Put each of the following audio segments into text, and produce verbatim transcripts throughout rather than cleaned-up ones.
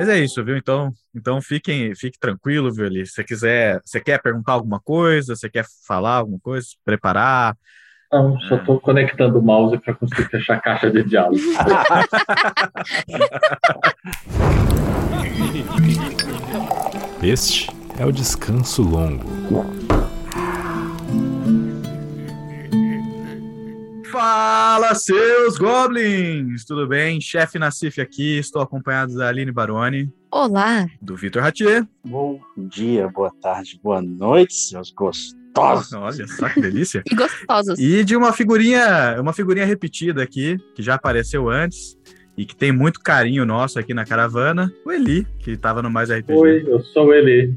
Mas é isso, viu? Então, então fiquem, fique tranquilo, viu, Eli? Se você quiser, você quer perguntar alguma coisa, você quer falar alguma coisa, se preparar. Não, só tô conectando o mouse para conseguir fechar a caixa de diálogo. Este é o Descanso Longo. Fala, seus goblins! Tudo bem? Chefe Nassif aqui, estou acompanhado da Aline Baroni. Olá! Do Vitor Ratier. Bom dia, boa tarde, boa noite, seus gostosos. Olha só que delícia. E gostosos. E de uma figurinha, uma figurinha repetida aqui, que já apareceu antes e que tem muito carinho nosso aqui na caravana, o Eli, que estava no Mais R P G. Oi, eu sou o Eli.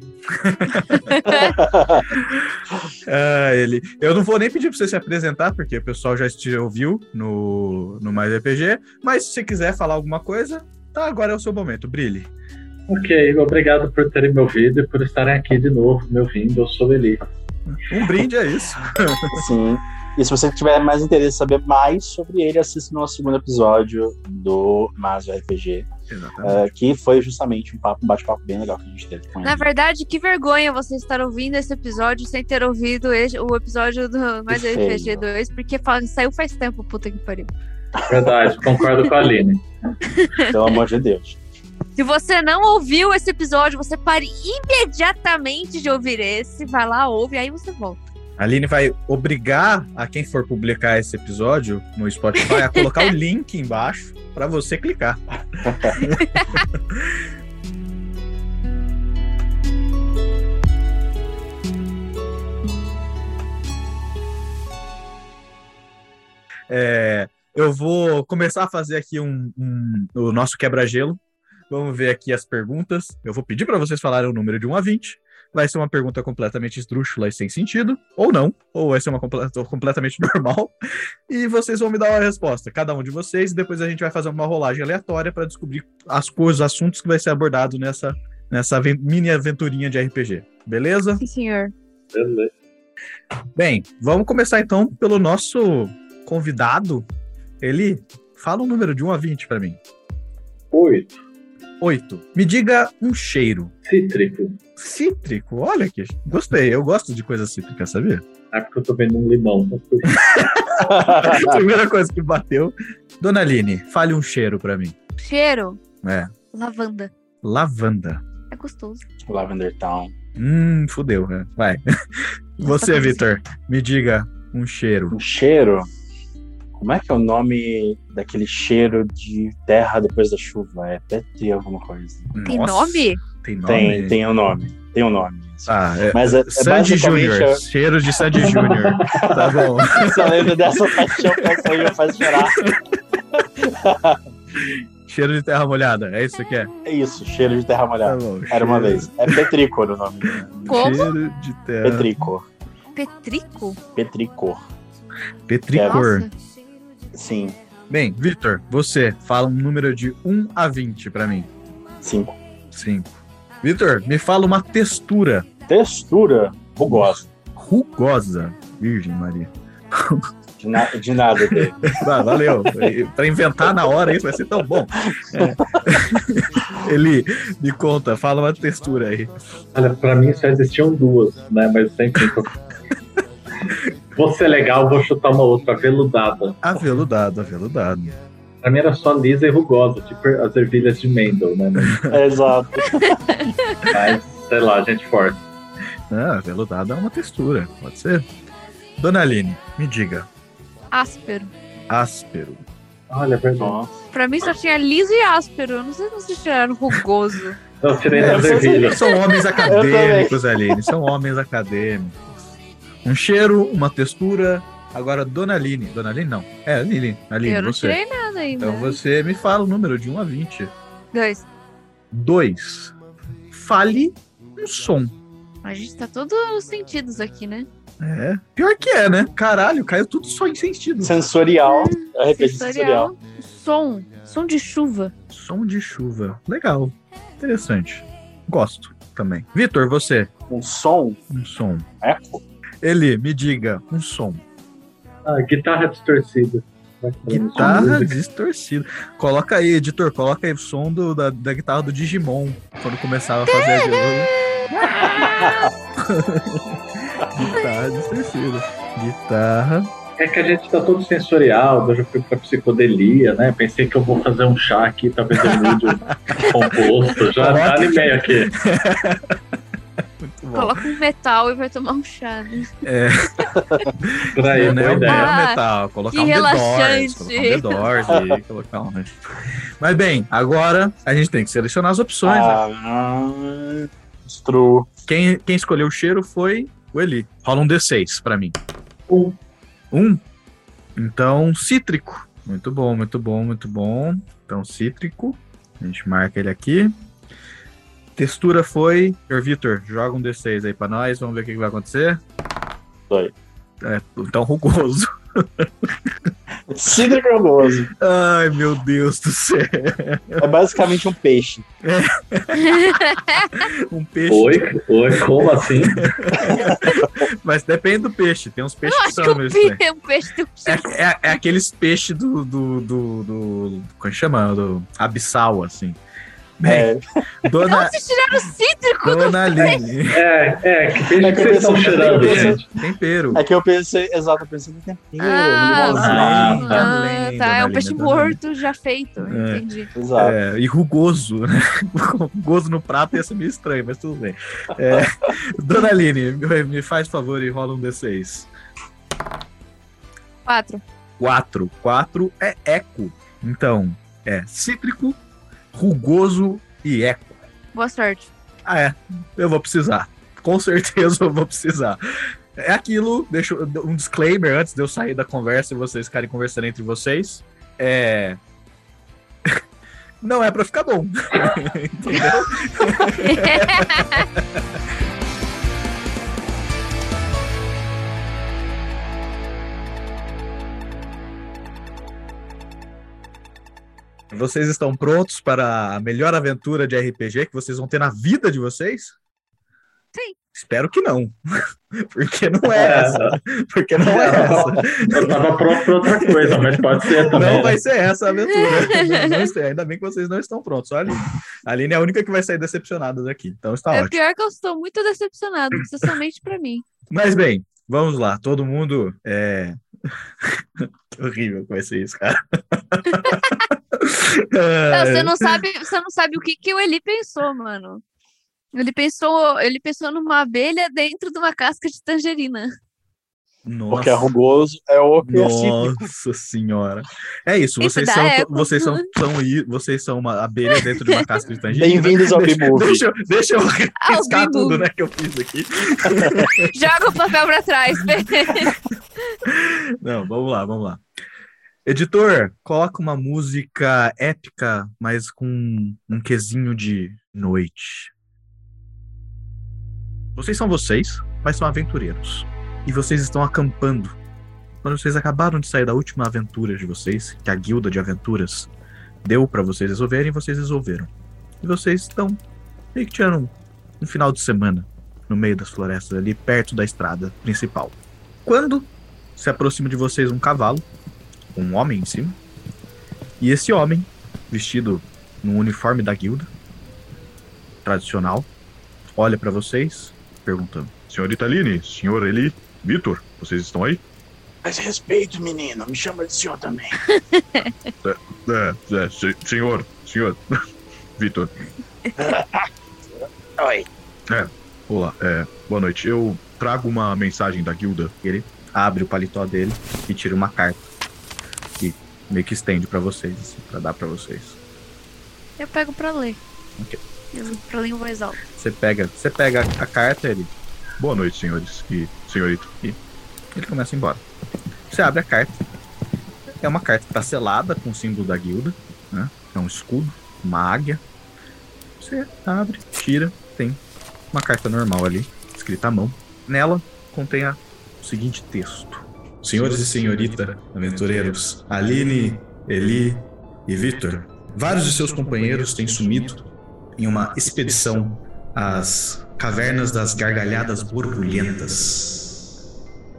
Ah, ele. Eu não vou nem pedir para você se apresentar, porque o pessoal já te ouviu no, no Mais R P G, mas se você quiser falar alguma coisa, tá, agora é o seu momento, brilhe. Ok, obrigado por terem me ouvido e por estarem aqui de novo me ouvindo. Eu sou o Eli. Um brinde é isso. Sim. E se você tiver mais interesse em saber mais sobre ele, assista o nosso segundo episódio do Maso R P G. Uh, que foi justamente um, papo, um bate-papo bem legal que a gente teve com ele. Na verdade, que vergonha você estar ouvindo esse episódio sem ter ouvido esse, o episódio do Mais R P G dois, porque saiu faz tempo, puta que pariu. Verdade, concordo com a Aline. Pelo amor de Deus. Se você não ouviu esse episódio, você pare imediatamente de ouvir esse, vai lá, ouve, aí você volta. A Aline vai obrigar a quem for publicar esse episódio no Spotify a colocar o link embaixo para você clicar. É, eu vou começar a fazer aqui um, um, o nosso quebra-gelo. Vamos ver aqui as perguntas. Eu vou pedir para vocês falarem o número de um a vinte. Vai ser uma pergunta completamente esdrúxula e sem sentido, ou não, ou vai ser uma complet- completamente normal, e vocês vão me dar uma resposta, cada um de vocês, e depois a gente vai fazer uma rolagem aleatória para descobrir as coisas, os assuntos que vai ser abordado nessa, nessa mini aventurinha de R P G, beleza? Sim, senhor. Beleza. Bem, vamos começar então pelo nosso convidado. Ele fala um número de um a vinte para mim. Oito. Oito. Me diga um cheiro. Cítrico. Cítrico? Olha aqui. Gostei. Eu gosto de coisa cítrica, sabia? É porque eu tô vendo um limão. Primeira coisa que bateu. Dona Aline, fale um cheiro pra mim. Cheiro? É. Lavanda. Lavanda. É gostoso. Lavender Town. Hum, fudeu, né? Vai. Você, Vitor, me diga um cheiro. Um cheiro? Como é que é o nome daquele cheiro de terra depois da chuva? É Petri alguma coisa. Tem nome? Tem nome? Tem, tem um nome. Tem um nome. Ah, é, Mas é, é Sandy Júnior. é... Cheiro de Sandy Júnior. Tá bom. Só lembro dessa paixão que essa aí me faz chorar. Cheiro de terra molhada, é isso que é? É isso, cheiro de terra molhada. Tá bom, Era cheiro... uma vez. É Petricor o nome. Como? Cheiro de terra... Petricor. Petrico? Petricor. Petricor. Nossa. Sim. Bem, Vitor, você fala um número de um a vinte pra mim. Cinco. Cinco. Vitor, me fala uma textura. Textura rugosa. Rugosa. Virgem Maria. De, na, de nada dele. Ah, valeu. Pra inventar na hora isso vai ser tão bom. É. Eli, me conta, fala uma textura aí. Olha, pra mim só existiam duas, né? Mas sempre. Vou ser legal, vou chutar uma outra, aveludada. Aveludado, aveludado. Pra mim era só lisa e rugosa, tipo as ervilhas de Mendel, né? É, exato. Mas, sei lá, gente forte. Ah, aveludado é uma textura, pode ser. Dona Aline, me diga. Áspero. Áspero. Olha, é verdade. Nossa. Pra mim só tinha liso e áspero. Eu não sei se vocês tiraram rugoso. Eu tirei É, das são, ervilhas. são homens acadêmicos, Aline. São homens acadêmicos. Um cheiro, uma textura. Agora, Dona Aline. Dona Aline, não. É, Aline. Aline, Eu não você. tirei nada ainda. Então você me fala o número de um a vinte. Dois. Dois. Fale um som. A gente tá todos os sentidos aqui, né? É. Pior que é, né? Caralho, caiu tudo só em sentido. Sensorial. R P G sensorial. Som. Som de chuva. Som de chuva. Legal. Interessante. Gosto também. Vitor, você. Um som. Um som. Eco. Eli, me diga um som. Ah, guitarra distorcida. Guitarra distorcida. Coloca aí, editor, coloca aí o som do, da, da guitarra do Digimon, quando começava a fazer a guitarra distorcida. Guitarra. É que a gente tá todo sensorial, eu já fui pra psicodelia, né? Pensei que eu vou fazer um chá aqui, talvez eu mude o composto. Já tá animei aqui. Coloca um metal e vai tomar um chá, né? É. Por aí, não é boa um ideia. metal, colocar que um The relaxante. Doors, colocar um The Doors e colocar um... Mas bem, agora a gente tem que selecionar as opções. Ah, True. Quem, quem escolheu o cheiro foi o Eli. Rola um D seis pra mim. Um. Um? Então, cítrico. Muito bom, muito bom, muito bom. Então, cítrico. A gente marca ele aqui. Textura foi... Senhor Vitor, joga um D seis aí pra nós. Vamos ver o que, que vai acontecer. Foi. É, então, rugoso. Cítrico rugoso. Ai, meu Deus do céu. É basicamente um peixe. Um peixe. Oi? Oi? Como assim? Mas depende do peixe. Tem uns Eu peixes que acho são que meio o estranhos. pi- um peixe tem um cheiro. É, é, é aqueles peixes do, do, do, do... Como chama? Do abissal, assim. Bem, É, dona, Vocês tiraram o cítrico do dona Aline. É, é, que peixe É que que eu vocês estão pensei- cheirando, eu pensei- gente? Tempero. é que eu pensei, exato, eu pensei no tempero, Ah, no limãozinho. Ah, Além, tá. além, Ah, dona tá. É um Aline, peixe dona morto já feito. É. Entendi. Exato. É, e rugoso, né? Rugoso no prato ia ser meio estranho, mas tudo bem. É, dona Aline, me, me faz favor e rola um D seis. Quatro. Quatro. Quatro é eco. Então, é cítrico, rugoso e eco. Boa sorte. Ah, é. Eu vou precisar. Com certeza eu vou precisar. É aquilo, deixa eu- um disclaimer antes de eu sair da conversa e vocês ficarem conversando entre vocês. É. Não é pra ficar bom. Entendeu? Vocês estão prontos para a melhor aventura de R P G que vocês vão ter na vida de vocês? Sim. Espero que não. Porque não é essa. Porque não é essa. Eu tava pronto pra outra coisa, mas pode ser também. Não né? vai ser essa a aventura. Não, não sei. Ainda bem que vocês não estão prontos. Olha, a Aline é a única que vai sair decepcionada daqui. Então está É ótimo. pior que eu estou muito decepcionado, especialmente pra mim. Mas bem, vamos lá. Todo mundo. É... Que horrível que vai ser isso, cara. Não, você não sabe, você não sabe o que, que o Eli pensou, mano. Ele pensou, ele pensou numa abelha dentro de uma casca de tangerina. Nossa. Porque é rugoso, é o que é cítrico. Nossa senhora. É isso, Isso vocês dá são, eco. vocês são, são, i- vocês são uma abelha dentro de uma casca de tangerina. Bem-vindos ao deixa, B-Movie. deixa, eu- deixa eu Ao riscar B-Movie. tudo, né, que eu fiz aqui. Joga o papel pra trás. Não, vamos lá, vamos lá. Editor, coloca uma música épica, mas com um quesinho de noite. Vocês são vocês, mas são aventureiros. E vocês estão acampando. Quando vocês acabaram de sair da última aventura de vocês, que a guilda de aventuras deu pra vocês resolverem, vocês resolveram. E vocês estão meio que tirando um, um final de semana no meio das florestas ali, perto da estrada principal. Quando se aproxima de vocês um cavalo, com um homem em cima, e esse homem, vestido no uniforme da guilda, tradicional, olha pra vocês, perguntando: Senhorita Aline, senhor Eli, Vitor, vocês estão aí? Mas respeito, menino, me chama de senhor também. É, é, se- senhor, senhor, Vitor. Oi. Olá, é, boa noite. Eu trago uma mensagem da guilda. Ele abre o paletó dele e tira uma carta. E meio que estende pra vocês, assim, pra dar pra vocês. Eu pego pra ler. Ok. Eu, pra ler em voz alta. Você pega, você pega a carta, ele... Boa noite, senhores e senhorito. E ele começa a ir embora. Você abre a carta. É uma carta que tá selada com o símbolo da guilda, né? É um escudo, uma águia. Você abre, tira, tem uma carta normal ali, escrita à mão. Nela contém a- o seguinte texto: Senhores e senhorita, aventureiros, Aline, Eli e Vitor, vários de seus companheiros têm sumido em uma expedição às cavernas das gargalhadas borbulhentas.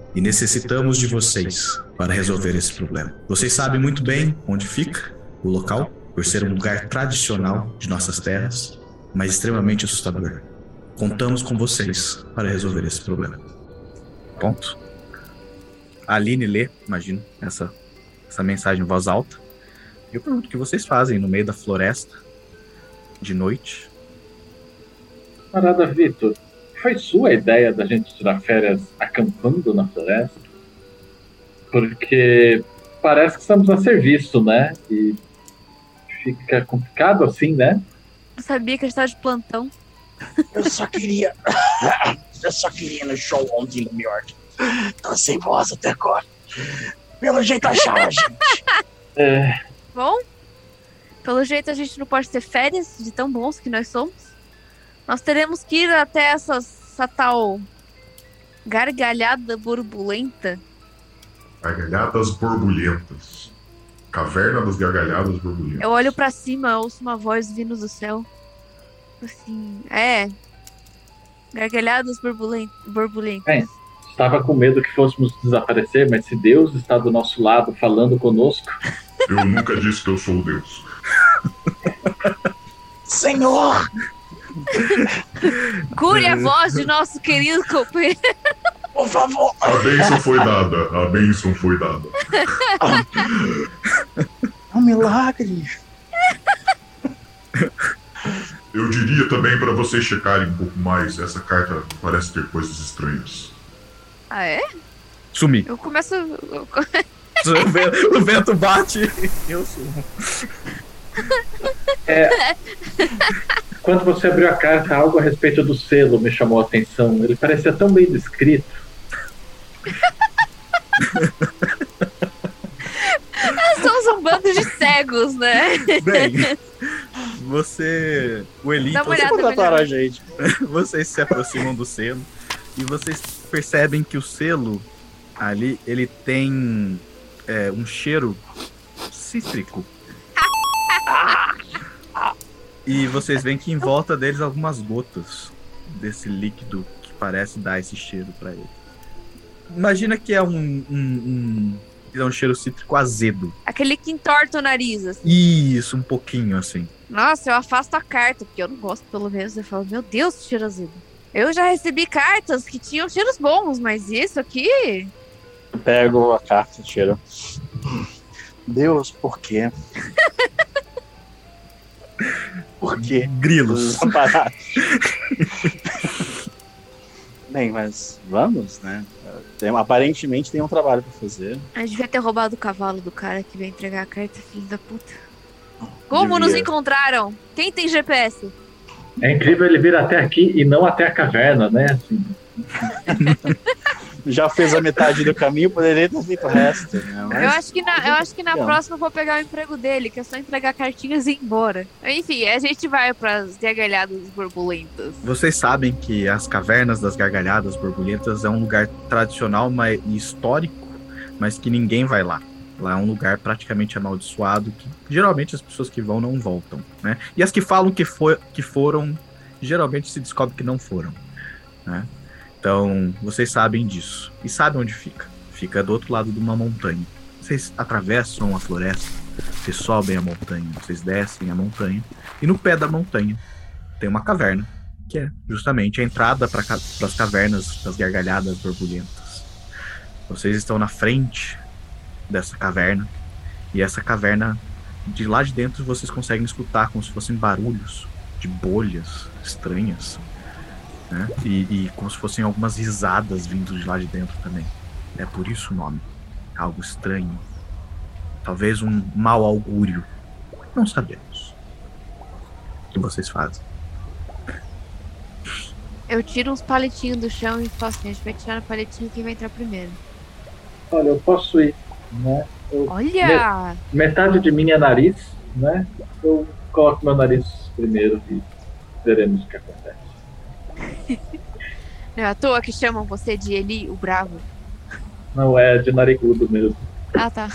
E necessitamos de vocês para resolver esse problema. Vocês sabem muito bem onde fica o local, por ser um lugar tradicional de nossas terras, mas extremamente assustador. Contamos com vocês para resolver esse problema. Ponto. A Aline lê, imagino, essa, essa mensagem em voz alta. E eu pergunto o que vocês fazem no meio da floresta, de noite. Camarada Vitor, foi sua ideia da gente tirar férias acampando na floresta? Porque parece que estamos a serviço, né? E fica complicado assim, né? Eu sabia que a gente tava de plantão. Eu só queria... Eu só queria ir no show ontem em New York. Tô sem voz até agora. Pelo jeito acharam a gente. É... Bom, pelo jeito a gente não pode ter férias de tão bons que nós somos. Nós teremos que ir até essa, essa tal gargalhada borbulenta. Gargalhadas borbulentas. Caverna das gargalhadas borbulentas. Eu olho pra cima, ouço uma voz vindo do céu. Assim, é... Gargalhadas borbulen- borbulentas. É, estava com medo que fôssemos desaparecer, mas se Deus está do nosso lado falando conosco... Eu nunca disse que eu sou Deus. Senhor! Cure a voz de nosso querido companheiro. Por favor! A bênção foi dada. A bênção foi dada. É um milagre. Eu diria também para vocês checarem um pouco mais. Essa carta parece ter coisas estranhas. Ah, é? Sumi. Eu começo... eu- O vento, o vento bate. Eu sumo. É, quando você abriu a carta, algo a respeito do selo me chamou a atenção. Ele parecia tão bem descrito. Nós somos um bando de cegos, né? Bem, você... O Eli, Dá uma você- olhada Contrataram melhor. a gente. vocês se aproximam do selo e vocês percebem que o selo ali, ele tem é, um cheiro cítrico. E vocês veem que em volta deles algumas gotas desse líquido que parece dar esse cheiro pra ele. Imagina que é um, um, um, é um cheiro cítrico azedo. Aquele que entorta o nariz, assim. Isso, um pouquinho assim. Nossa, eu afasto a carta, porque eu não gosto, pelo menos. Eu falo, meu Deus, que cheiro azedo. Eu já recebi cartas que tinham cheiros bons, mas isso aqui... Eu pego a carta e tiro. Deus, por quê? Por quê? Grilos. Desamparados. Bem, mas vamos, né? Tem, aparentemente tem um trabalho pra fazer. A gente devia ter roubado o cavalo do cara que veio entregar a carta, filho da puta. Como Devia. nos encontraram? Quem tem G P S? É incrível ele vir até aqui e não até a caverna, né? Assim, Já fez a metade do caminho, poderia ter feito o resto. Né? Mas... Eu acho que na, eu acho que na Não. próxima eu vou pegar o emprego dele, que é só entregar cartinhas e ir embora. Enfim, a gente vai pras gargalhadas borbulentas. Vocês sabem que as cavernas das gargalhadas borboletas é um lugar tradicional mas, e histórico, mas que ninguém vai lá. Lá é um lugar praticamente amaldiçoado, que geralmente as pessoas que vão não voltam, né? E as que falam que, foi, que foram, geralmente se descobre que não foram, né? Então, vocês sabem disso. E sabem onde fica. Fica do outro lado de uma montanha. Vocês atravessam a floresta, vocês sobem a montanha, vocês descem a montanha, e no pé da montanha tem uma caverna, que é justamente a entrada para as cavernas das gargalhadas borbulentas. Vocês estão na frente dessa caverna, e essa caverna, de lá de dentro, vocês conseguem escutar como se fossem barulhos de bolhas estranhas, né? E, e como se fossem algumas risadas vindo de lá de dentro também. É por isso o nome. Algo estranho. Talvez um mau augúrio. Não sabemos. O que vocês fazem? Eu tiro uns palitinhos do chão e falo assim, a gente vai tirar no palitinho quem vai entrar primeiro. olha, eu posso ir, né? Eu, Olha! metade de mim é nariz, né? Eu coloco meu nariz primeiro e veremos o que acontece. Não é à toa que chamam você de Eli, o Bravo. Não é de narigudo mesmo. Ah, tá.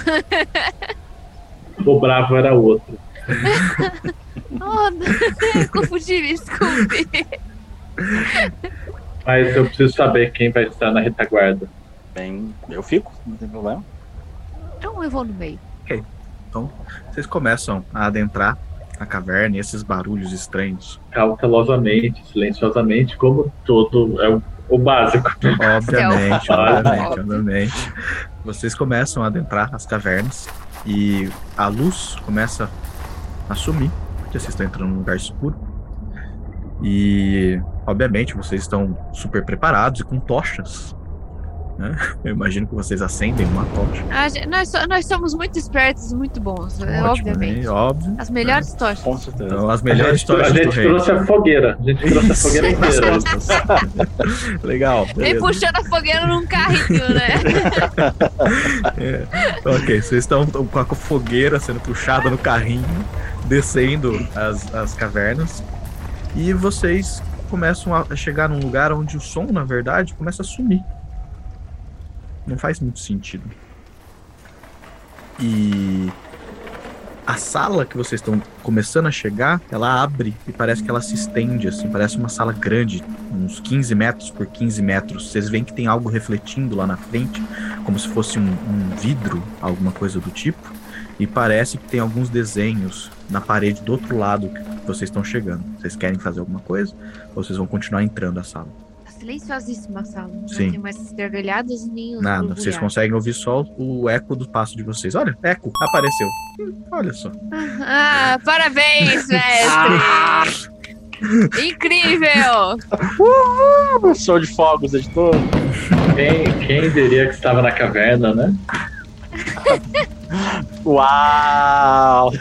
O bravo era outro. Oh, não. Confundi, me desculpe. Mas eu preciso saber quem vai estar na retaguarda. Bem, eu fico, não tem problema. Então eu vou no meio. Ok. Então, vocês começam a adentrar a caverna e esses barulhos estranhos. Cautelosamente, silenciosamente, como todo é o, o básico. Obviamente, obviamente, obviamente. Vocês começam a adentrar as cavernas e a luz começa a sumir, porque vocês estão entrando num lugar escuro. E, obviamente, vocês estão super preparados e com tochas. Né? Eu imagino que vocês acendem uma tocha. A gente, nós, so- nós somos muito espertos e muito bons, é, Ótimo, obviamente. né? Óbvio. As melhores tochas. Com certeza. Então, as A melhores gente, tochas a gente do reino. trouxe a fogueira. A gente trouxe a fogueira Isso, nas inteira. costas. Legal. Vem beleza. puxando a fogueira num carrinho, né? É. Ok, vocês estão com a fogueira sendo puxada no carrinho, descendo as, as cavernas, e vocês começam a chegar num lugar onde o som, na verdade, começa a sumir. Não faz muito sentido. E a sala que vocês estão começando a chegar, ela abre e parece que ela se estende, assim, parece uma sala grande, uns quinze metros por quinze metros. Vocês veem que tem algo refletindo lá na frente, como se fosse um, um vidro, alguma coisa do tipo. E parece que tem alguns desenhos na parede do outro lado que vocês estão chegando. Vocês querem fazer alguma coisa? Ou vocês vão continuar entrando na sala? Silenciosíssima a sala. Não Sim. tem mais essas gargalhadas nem os Nada, borbulhados. vocês conseguem ouvir só o eco do passo de vocês. Olha, eco, apareceu. Hum, olha só. Ah, parabéns, mestre! Incrível! Uh, show de fogos, editor. Quem, quem diria que estava na caverna, né? Uau!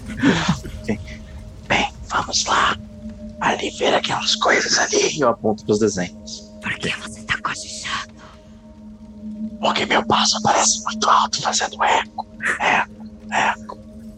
Bem, vamos lá. Ali, ver aquelas coisas ali. Eu aponto pros desenhos. Por que você tá cochichando? Porque meu passo parece muito alto, fazendo eco. Eco, eco.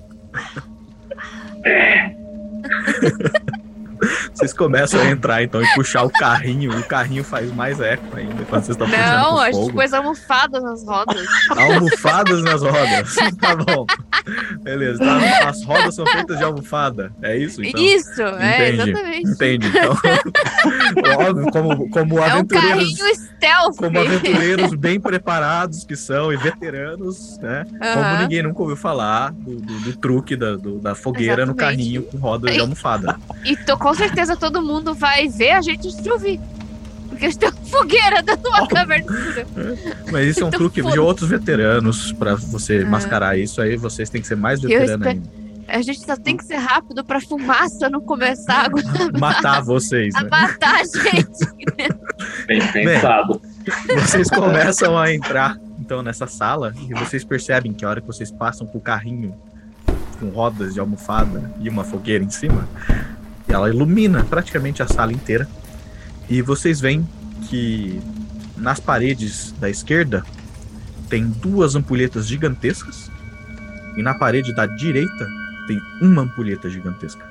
Vocês começam a entrar então e puxar o carrinho. E o carrinho faz mais eco ainda quando vocês estão puxando Não, com a gente fogo. pôs almofadas nas rodas. Almofadas nas rodas. Tá bom. Beleza. Tá, as rodas são feitas de almofada. É isso, então? Isso, é, Entendi. exatamente. Entendi. Então, óbvio, como, como É um aventureiros... carrinho stealth. Como aventureiros bem preparados que são e veteranos, né? Como Aham. ninguém nunca ouviu falar do, do, do truque da, do- da fogueira no Exatamente. carrinho com rodas de almofada. E tô, com certeza todo mundo vai ver a gente se ouvir. Porque a gente tem uma fogueira dando uma cobertura. Mas isso é um Então, truque de foda-se. outros veteranos pra você Ah. mascarar isso aí. Vocês têm que ser mais Eu veteranos espero- ainda. A gente só tem que ser rápido pra fumaça não começar a aguentar- Matar vocês, a né? matar a gente. Bem pensado. Vocês começam a entrar, então, nessa sala e vocês percebem que a hora que vocês passam com o carrinho com rodas de almofada e uma fogueira em cima, ela ilumina praticamente a sala inteira. E vocês veem que nas paredes da esquerda tem duas ampulhetas gigantescas e na parede da direita tem uma ampulheta gigantesca.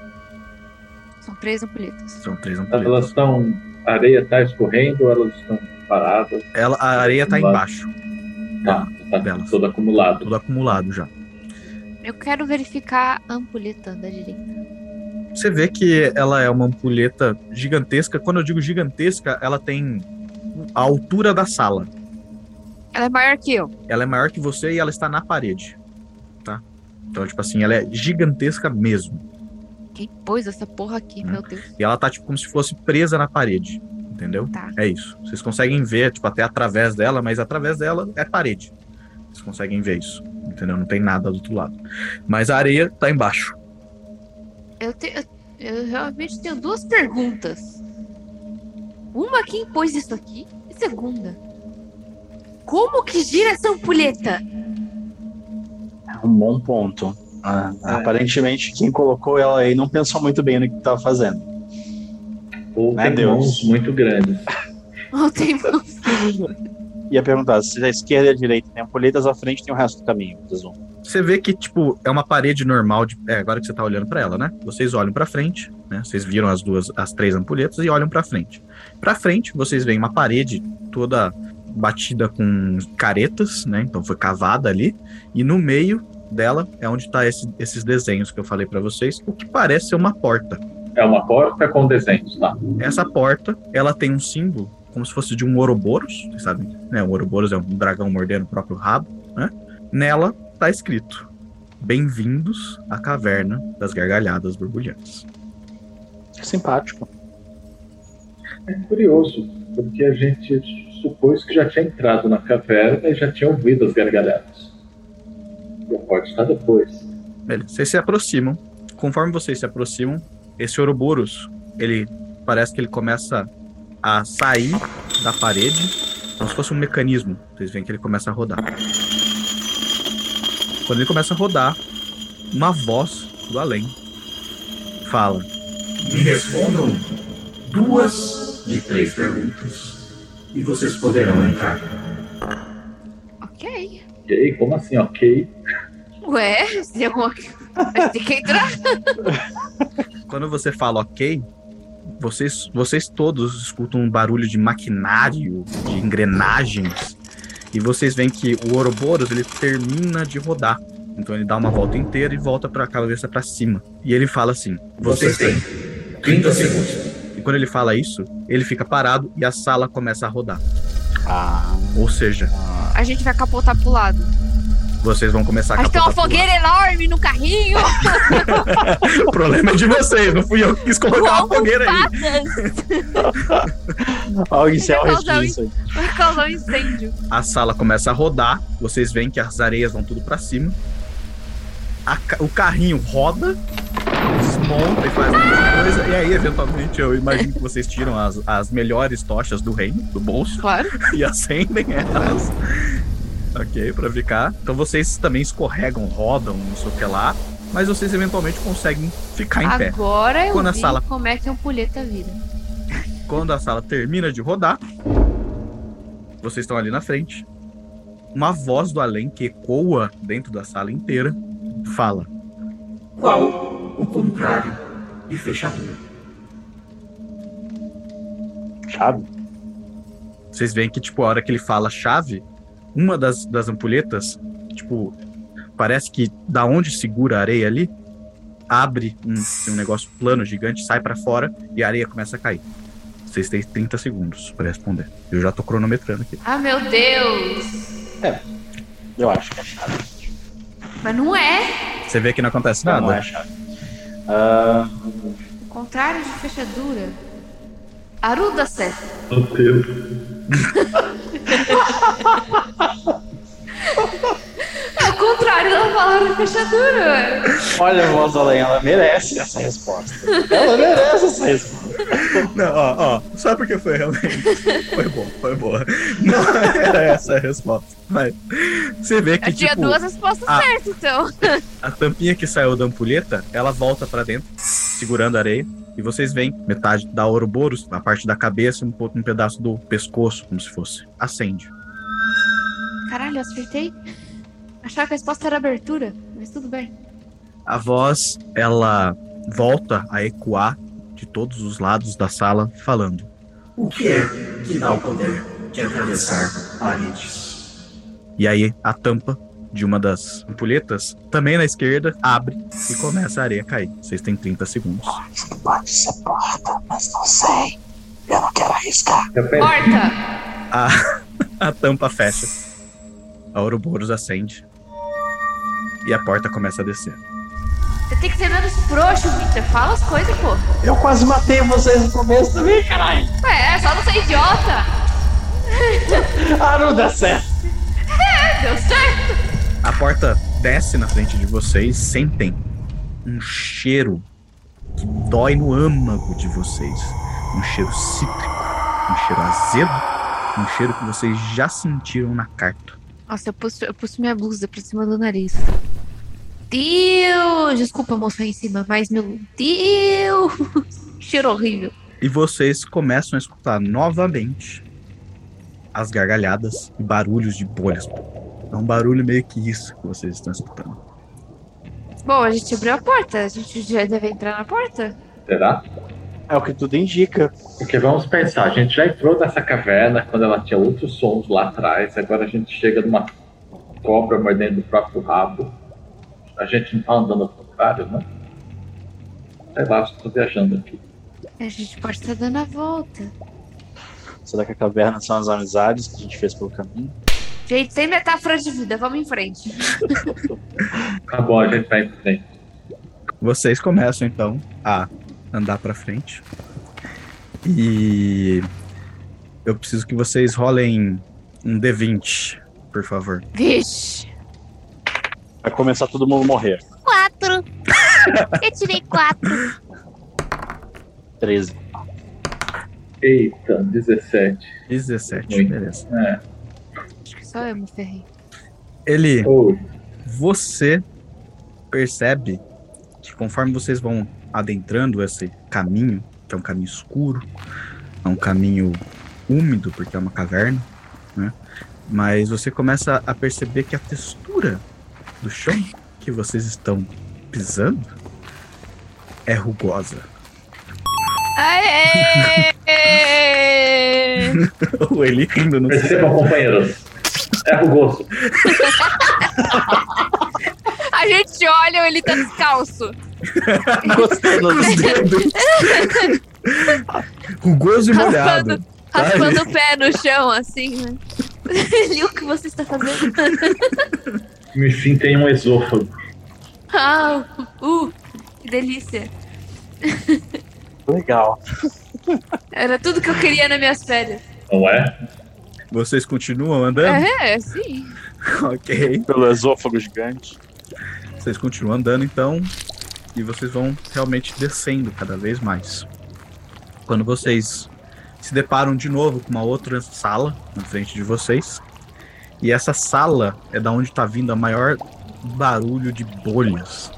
São três ampulhetas. São três Elas ampulhetas. estão. A areia está escorrendo ou elas estão paradas? Ela, a areia tá embaixo, Tá, tá Delas. todo acumulado. tudo acumulado já. Eu quero verificar a ampulheta da direita. Você vê que ela é uma ampulheta gigantesca. Quando eu digo gigantesca, ela tem a altura da sala. Ela é maior que eu. Ela é maior que você e ela está na parede, tá? Então, tipo assim, ela é gigantesca mesmo. Quem pôs essa porra aqui, Hum. meu Deus. E ela tá, tipo, como se fosse presa na parede, entendeu? Tá. É isso. Vocês conseguem ver, tipo, até através dela, mas através dela é parede. Vocês conseguem ver isso, entendeu? Não tem nada do outro lado. Mas a areia tá embaixo. Eu, te- eu, eu realmente tenho duas perguntas. Uma, quem pôs isso aqui? E segunda, como que gira essa ampulheta? É um bom ponto. Ah, É. Aparentemente, quem colocou ela aí não pensou muito bem no que estava fazendo. Ou Né, tem Deus? mãos muito grandes. Não tem mãos. Ia perguntar, se a esquerda e a direita tem ampulhetas, à frente tem o resto do caminho, presumo. Você vê que, tipo, é uma parede normal de... É, agora que você tá olhando pra ela, né? Vocês olham pra frente, né? Vocês viram as duas, as três ampulhetas e olham pra frente. Pra frente, vocês veem uma parede toda batida com caretas, né? Então foi cavada ali. E no meio dela é onde tá esse- esses desenhos que eu falei pra vocês, o que parece ser uma porta. É uma porta com desenhos, tá? Essa porta, ela tem um símbolo como se fosse de um Ouroboros, vocês sabem, né? O Ouroboros é um dragão mordendo o próprio rabo, né? Nela tá escrito: bem-vindos à caverna das gargalhadas borbulhantes. Que simpático. É curioso, porque a gente supôs que já tinha entrado na caverna e já tinha ouvido as gargalhadas. E a porta está depois. Beleza, vocês se aproximam. Conforme vocês se aproximam, esse Ouroboros, ele parece que ele começa a sair da parede, como se fosse um mecanismo. Vocês veem que ele começa a rodar. Quando ele começa a rodar, uma voz do além fala: me respondam duas de três perguntas e vocês poderão entrar. Ok. Ok, como assim, ok? Ué, tem alguma... Mas tem que entrar. Quando você fala ok, vocês, vocês todos escutam um barulho de maquinário, de engrenagens, e vocês veem que o Ouroboros, ele termina de rodar. Então ele dá uma volta inteira e volta para a cabeça para cima. E ele fala assim: vocês têm trinta segundos. E quando ele fala isso, ele fica parado e a sala começa a rodar. Ah. Ou seja, a gente vai capotar pro lado. Vocês vão começar a Mas capotar. Mas tem uma fogueira enorme no carrinho. O problema é de vocês, não fui eu que quis colocar uma fogueira aí. Olha, isso é o isso aí. Vai causar um incêndio. A sala começa a rodar, vocês veem que as areias vão tudo pra cima. A, o carrinho roda, desmonta e faz alguma coisa. E aí, eventualmente, eu imagino que vocês tiram as, as melhores tochas do reino, do bolso. Claro. E acendem elas. Ok, pra ficar. Então vocês também escorregam, rodam, não sei o que lá. Mas vocês eventualmente conseguem ficar em pé. Agora eu Quando a vi sala... como é que a ampulheta vira. Quando a sala termina de rodar, vocês estão ali na frente. Uma voz do além que ecoa dentro da sala inteira fala: qual o contrário de fechadura? Chave? Vocês veem que, tipo, a hora que ele fala chave, uma das, das ampulhetas, tipo, parece que da onde segura a areia ali, abre um, um negócio plano gigante, sai pra fora e a areia começa a cair. Vocês têm trinta segundos pra responder. Eu já tô cronometrando aqui. Ah, meu Deus! É, eu acho que é chave. Mas não é. Você vê que não acontece nada? Não é chave. Uh... O contrário de fechadura. Aruda certo. Meu Deus. É o contrário da palavra fechadura. Olha, a voz além, ela merece essa resposta. Ela merece essa resposta. Não, ó, ó, só porque foi realmente. Foi bom, foi boa. Não era essa a resposta. Mas você vê que. Eu tinha tipo, duas respostas a, certas, então. A tampinha que saiu da ampulheta, ela volta pra dentro, segurando a areia. E vocês veem metade da Ouroboros, a parte da cabeça, um, um pedaço do pescoço, como se fosse. Acende. Caralho, eu acertei. Achava que a resposta era abertura, mas tudo bem. A voz, ela volta a ecoar de todos os lados da sala, falando: o que é que dá o poder de atravessar paredes? E aí, a tampa de uma das ampulhetas, também na esquerda, abre e começa a areia a cair. Vocês têm trinta segundos. Pode ser porta, mas não sei. Eu não quero arriscar. Porta! A, a tampa fecha. A Ouroboros acende. E a porta começa a descer. Você tem que ser menos frouxo, Victor. Fala as coisas, pô. Eu quase matei vocês no começo também, caralho. É, só não ser idiota. Ah, não dá certo. É, deu certo. A porta desce na frente de vocês. Sentem um cheiro que dói no âmago de vocês. Um cheiro cítrico, um cheiro azedo, um cheiro que vocês já sentiram na carta. Nossa, eu pus, eu pus minha blusa pra cima do nariz. Deus! Desculpa, moça aí em cima, mas meu Deus! Cheiro horrível. E vocês começam a escutar novamente as gargalhadas e barulhos de bolhas. É um barulho meio que isso que vocês estão escutando. Bom, a gente abriu a porta. A gente já deve entrar na porta? Será? É o que tudo indica. Porque vamos pensar, a gente já entrou nessa caverna quando ela tinha outros sons lá atrás, agora a gente chega numa cobra mordendo o próprio rabo. A gente não tá andando ao contrário, né? Sei lá, estou viajando aqui. A gente pode estar dando a volta. Será que a caverna são as amizades que a gente fez pelo caminho? Gente, sem metáfora de vida, vamos em frente. Tá bom, a gente vai em frente. Vocês começam então a andar pra frente. E eu preciso que vocês rolem um D vinte, por favor. Vixe. Vai começar todo mundo morrer. Quatro. Eu tirei quatro. treze. Eita, dezessete. dezessete, Muito. beleza. É. Acho que só eu me ferrei. Ele, Oh, você percebe que conforme vocês vão adentrando esse caminho, que é um caminho escuro, é um caminho úmido, porque é uma caverna, né? Mas você começa a perceber que a textura do chão que vocês estão pisando é rugosa. Aê! O Eli rindo no percebam, companheiros. É rugoso. A gente olha, ele tá descalço. Gostando dos dedos. rugoso e molhado. Raspando, raspando o pé no chão, assim, né? Eli, o que você está fazendo? Enfim, tem um esôfago. Ah, uh, que delícia. Legal. Era tudo que eu queria nas minhas férias. Não é? Vocês continuam andando? É, sim. Ok. Pelo esôfago gigante. Vocês continuam andando, então, e vocês vão realmente descendo cada vez mais. Quando vocês se deparam de novo com uma outra sala na frente de vocês, e essa sala é da onde está vindo a maior barulho de bolhas.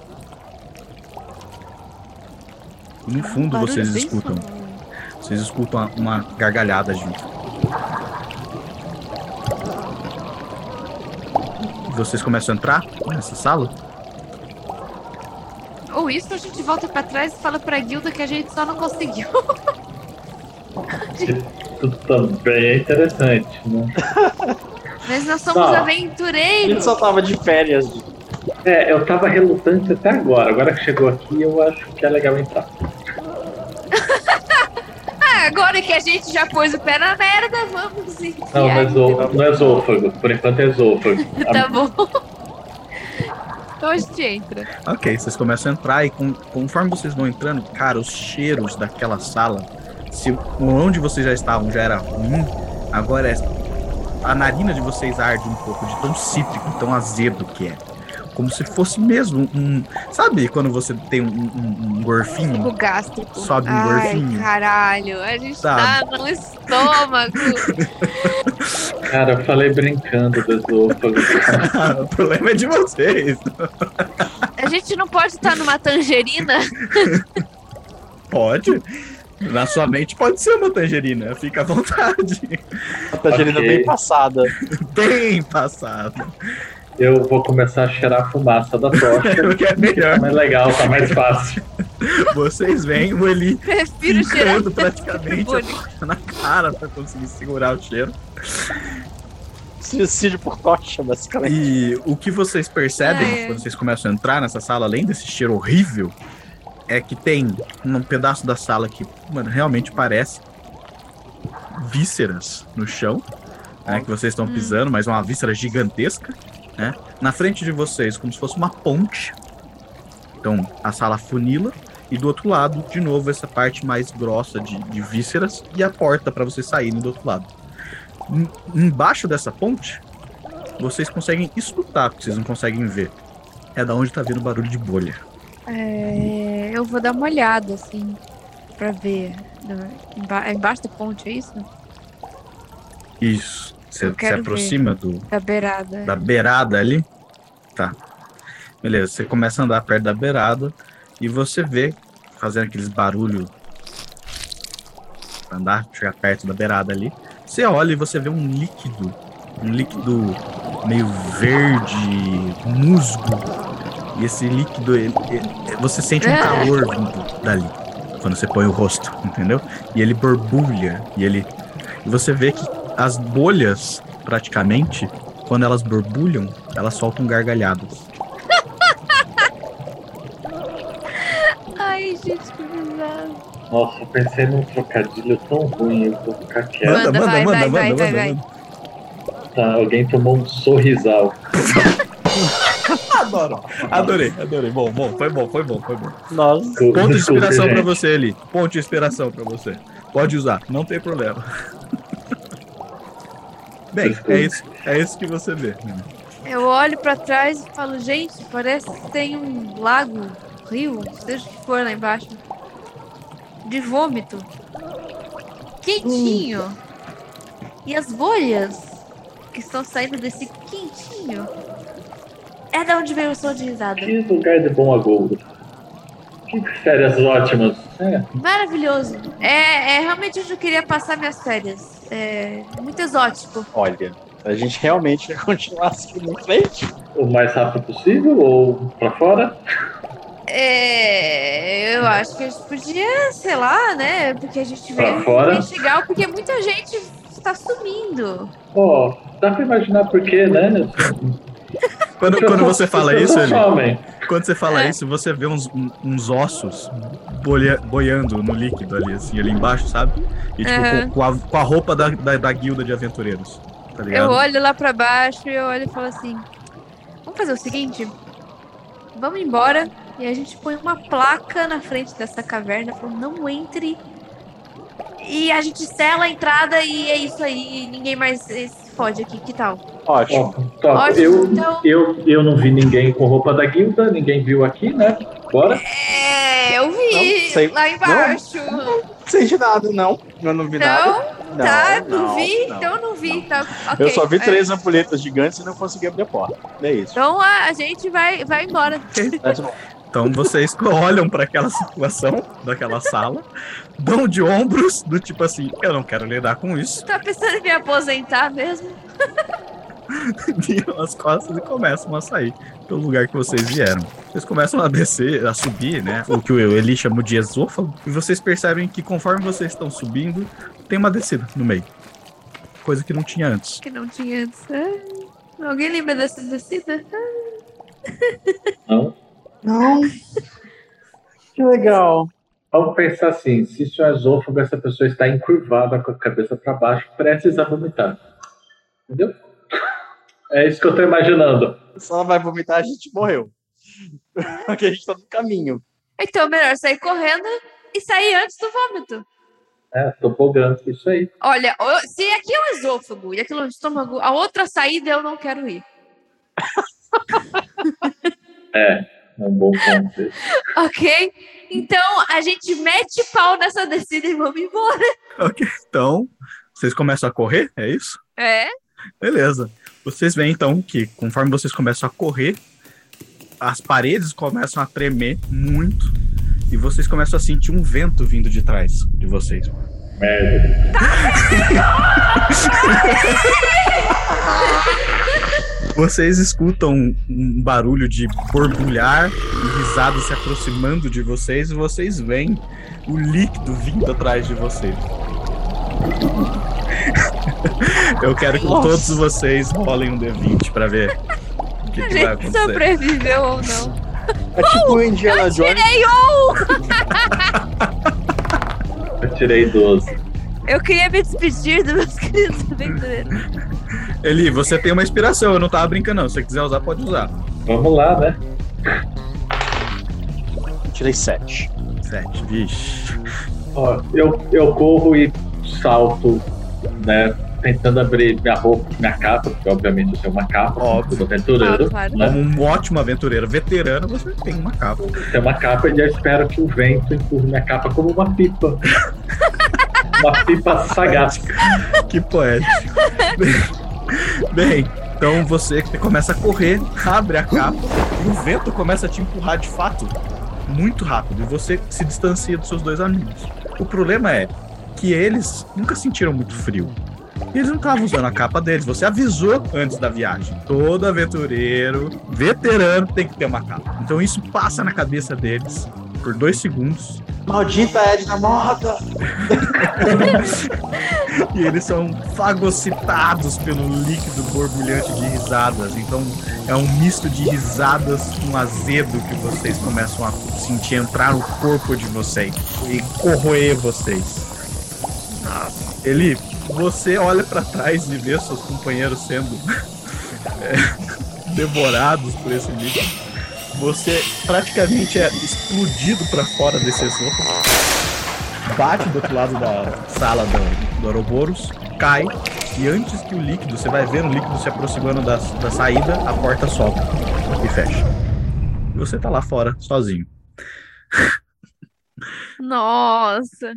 E no fundo Barulho vocês bem escutam, sonoro. vocês escutam uma, uma gargalhada junto. E vocês começam a entrar nessa sala. Ou isso, a gente volta pra trás e fala pra Guilda que a gente só não conseguiu. Isso também é interessante, né? Mas nós somos Tá. A aventureiros. gente só tava de férias. É, eu tava relutante até agora. Agora que chegou aqui, eu acho que é legal entrar. Ah, agora que a gente já pôs o pé na merda, vamos enfiar. Não, no, esô- no esôfago. Por enquanto é esôfago. Tá bom. Então a gente entra. Ok, vocês começam a entrar e com- conforme vocês vão entrando, cara, os cheiros daquela sala, se onde vocês já estavam já era ruim, agora é, a narina de vocês arde um pouco de tão cítrico, tão azedo que é. Como se fosse mesmo um... Sabe quando você tem um, um, um gorfinho? O gástrico. Sobe um Ai, gorfinho. caralho. A gente Sabe? tá no estômago. Cara, eu falei brincando do esôfago. O problema é de vocês. A gente não pode estar numa tangerina? Pode. Na sua mente pode ser uma tangerina. Fica à vontade. A tangerina Ok. bem passada. Bem passado. Eu vou começar a cheirar a fumaça da tocha. O que é melhor. Tá mais legal, tá mais fácil. Vocês veem o Eli Prefiro cheirar ficando praticamente bônico. na cara pra conseguir segurar o cheiro. Suicídio por tocha, basicamente. E o que vocês percebem Ai, ai. quando vocês começam a entrar nessa sala, além desse cheiro horrível, é que tem um pedaço da sala que, mano, realmente parece vísceras no chão, né, que vocês estão pisando, mas uma víscera gigantesca, né? Na frente de vocês, como se fosse uma ponte. Então, a sala funila e do outro lado, de novo, essa parte mais grossa de, de vísceras e a porta para vocês saírem do outro lado. Em- Embaixo dessa ponte, vocês conseguem escutar, porque vocês não conseguem ver. É da onde tá vindo o barulho de bolha. É, eu vou dar uma olhada, assim, pra ver. Emba- embaixo da ponte, é isso? Isso. Você Eu se quero aproxima do, Da beirada. da beirada ali. Tá. Beleza, você começa a andar perto da beirada e você vê, fazendo aqueles barulhos, pra andar, chegar perto da beirada ali. Você olha e você vê um líquido, um líquido meio verde, musgo. E esse líquido, ele- ele- você sente um Ah. calor vindo dali, quando você põe o rosto, entendeu? E ele borbulha, e ele... E você vê que as bolhas, praticamente, quando elas borbulham, elas soltam gargalhadas. Ai, gente, que bizarro. Nossa, eu pensei num trocadilho tão ruim, eu vou ficar quieto. Manda, Manda, vai, manda, vai, manda, vai, manda, vai, manda. Tá, alguém tomou um sorrisal. Adoro. Adorei, adorei. Bom, bom, foi bom, foi bom, foi bom. Nossa. Ponto de Desculpa, inspiração pra gente. você ali. Ponto de inspiração pra você. Pode usar, não tem problema. Bem, Desculpa. é isso, é isso que você vê. Eu olho pra trás e falo, gente, parece que tem um lago, rio, seja o que for lá embaixo, de vômito. Quentinho. E as bolhas que estão saindo desse quentinho. É da onde veio o som de risada. Que lugar de bom agouro. Que férias ótimas. É, Maravilhoso. É, é realmente onde eu queria passar minhas férias. É muito exótico. Olha, a gente realmente quer continuar seguindo em frente. o mais rápido possível ou pra fora? É, eu acho que a gente podia, sei lá, né? Porque a gente Pra veio fora? investigar, porque muita gente está sumindo. Ó, dá pra imaginar por quê, né? Quando, quando você fala isso, ele, Eli... quando você fala É. isso, você vê uns, uns ossos bolha, boiando no líquido ali, assim, ali embaixo, sabe? E tipo, Aham. com, com a, com a roupa da, da, da guilda de aventureiros, tá ligado? Eu olho lá pra baixo e eu olho e falo assim: vamos fazer o seguinte? Vamos embora e a gente põe uma placa na frente dessa caverna falando não entre. E a gente sela a entrada e é isso aí. Ninguém mais se fode aqui, que tal? Ótimo. Ó, top. Ótimo, eu, então- eu, eu não vi ninguém com roupa da guilda, ninguém viu aqui, né? Bora? É, eu vi Não sei. lá embaixo. Não sei de nada, não. Eu não vi nada. Não, tá, não, não, vi, não. então eu não vi, tá? Ok. Eu só vi É. três ampulhetas gigantes e não consegui abrir a porta. É isso. Então a, a gente vai, vai embora. É, tipo, Então vocês olham pra aquela situação, daquela sala, dão de ombros, do tipo assim, eu não quero lidar com isso, Tá pensando em me aposentar mesmo? viram as costas e começam a sair pelo lugar que vocês vieram. Vocês começam a descer, a subir, né? O que o Eli chamou de esôfago, e vocês percebem que conforme vocês estão subindo, tem uma descida no meio. Coisa que não tinha antes. Que não tinha antes. Ah, alguém lembra dessa descida? Não. não. Que legal. Vamos pensar assim, se isso é esôfago, essa pessoa está encurvada com a cabeça para baixo, prestes a vomitar. Entendeu? É isso que eu tô imaginando. Se ela vai vomitar, a gente morreu. Porque a gente tá no caminho. Então, melhor sair correndo e sair antes do vômito. É, tô bogando, isso aí. Olha, o- se aqui é o esôfago e aquilo é o estômago, a outra saída eu não quero ir. É, é um bom ponto. esse. Ok? Então, a gente mete pau nessa descida e vamos embora. Ok, então, vocês começam a correr, é isso? É? Beleza. Vocês veem então que conforme vocês começam a correr, as paredes começam a tremer muito e vocês começam a sentir um vento vindo de trás de vocês. Merda. Vocês escutam um, um barulho de borbulhar e risadas se aproximando de vocês e vocês veem o líquido vindo atrás de vocês. Eu quero que Nossa. todos vocês rolem um D vinte pra ver o que, A que vai gente acontecer. sobreviveu ou não? É tipo o Indiana Jones. Tirei um! Eu tirei doze. Eu queria me despedir dos meus queridos aventureiros. Eli, você tem uma inspiração, eu não tava brincando não. Se você quiser usar, pode usar. Vamos lá, né? Tirei sete. Sete, vixe. Ó, eu, eu corro e salto, né? Tentando abrir minha roupa, minha capa, porque obviamente eu sou uma capa, Óbvio. do aventureiro. Ah, claro. Né? Como um ótimo aventureiro veterano, você tem uma capa. Tem uma capa e eu espero que o vento empurre minha capa como uma pipa. Uma pipa sagaz. Que poético. Bem, então você começa a correr, abre a capa e o vento começa a te empurrar de fato muito rápido e você se distancia dos seus dois amigos. O problema é que eles nunca sentiram muito frio. E eles não estavam usando a capa deles. Você avisou antes da viagem. Todo aventureiro, veterano, tem que ter uma capa. Então isso passa na cabeça deles. por dois segundos. Maldita Edna Moda! E eles são fagocitados pelo líquido borbulhante de risadas. Então é um misto de risadas com azedo que vocês começam a sentir entrar no corpo de vocês e corroer vocês. Ele, você olha pra trás e vê seus companheiros sendo é, devorados por esse líquido. Você praticamente é explodido pra fora desse esôfago, bate do outro lado da sala do, do Ouroboros, cai, e antes que o líquido, você vai ver o líquido se aproximando da, da saída, a porta sobe e fecha. E você tá lá fora, sozinho. Nossa.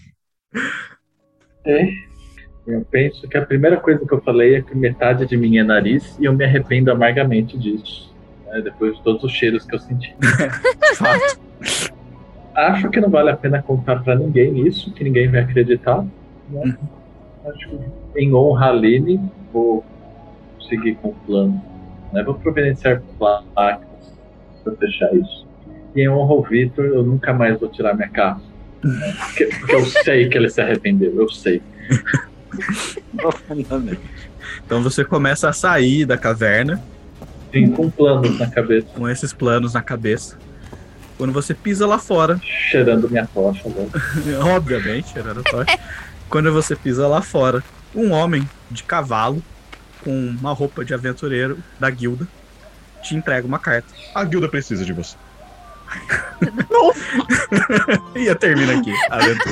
É. Eu penso que a primeira coisa que eu falei é que metade de mim é nariz e eu me arrependo amargamente disso, né, depois de todos os cheiros que eu senti. Fato. Acho que não vale a pena contar pra ninguém isso, que ninguém vai acreditar. Né? Hum. Acho que em honra a Aline, vou seguir com o plano. Né? Vou providenciar placas pra fechar isso. E em honra ao Victor, eu nunca mais vou tirar minha capa. Né? Porque, porque eu sei que ele se arrependeu, eu sei. Profundamente. Então você começa a sair da caverna. Vim com planos na cabeça. Com esses planos na cabeça. Quando você pisa lá fora... Cheirando minha tocha agora. Obviamente, cheirando a tocha. Quando você pisa lá fora, um homem de cavalo, com uma roupa de aventureiro da guilda, te entrega uma carta. A guilda precisa de você. E termina aqui a aventura.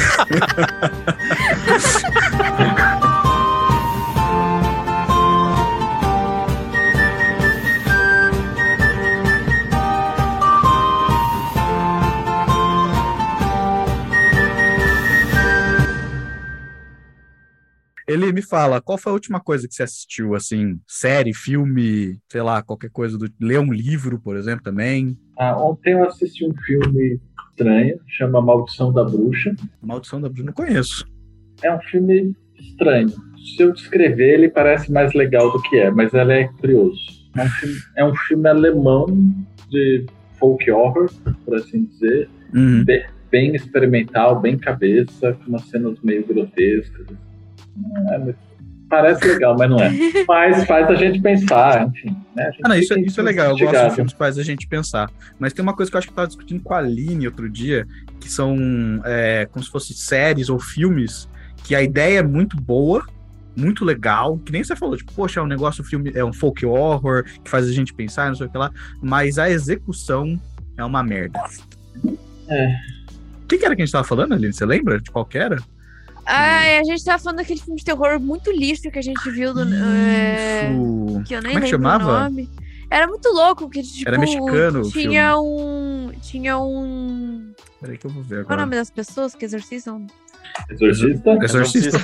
Ele me fala, qual foi a última coisa que você assistiu, assim, série, filme, sei lá, qualquer coisa do... Lê um livro, por exemplo, também? Ah, ontem eu assisti um filme estranho, chama Maldição da Bruxa. Maldição da Bruxa, não conheço. É um filme estranho. Se eu descrever, ele parece mais legal do que é, mas ele é curioso. É um filme, é um filme alemão de folk horror, por assim dizer. Uhum. Bem, bem experimental, bem cabeça, com umas cenas meio grotescas. É muito... Parece legal, mas não é. Mas faz a gente pensar, enfim. Né? Ah, não, isso, é, isso é legal. Eu gosto de filmes que faz a gente pensar. Mas tem uma coisa que eu acho que eu estava discutindo com a Aline outro dia, que são é, como se fossem séries ou filmes, que a ideia é muito boa, muito legal, que nem você falou, tipo, poxa, é um negócio, filme, é um folk horror, que faz a gente pensar, não sei o que lá, mas a execução é uma merda. É. O que, que era que a gente tava falando, Aline? Você lembra de qual que era? Ah, a gente tava falando daquele filme de terror muito lixo que a gente viu do. É, que eu nem Como é que lembro chamava? o nome. Era muito louco, que tipo. Era mexicano o Tinha filme. um. Tinha um. Peraí que eu vou ver Qual é o agora. nome das pessoas que exorcizam? Exorcista? Exorcista.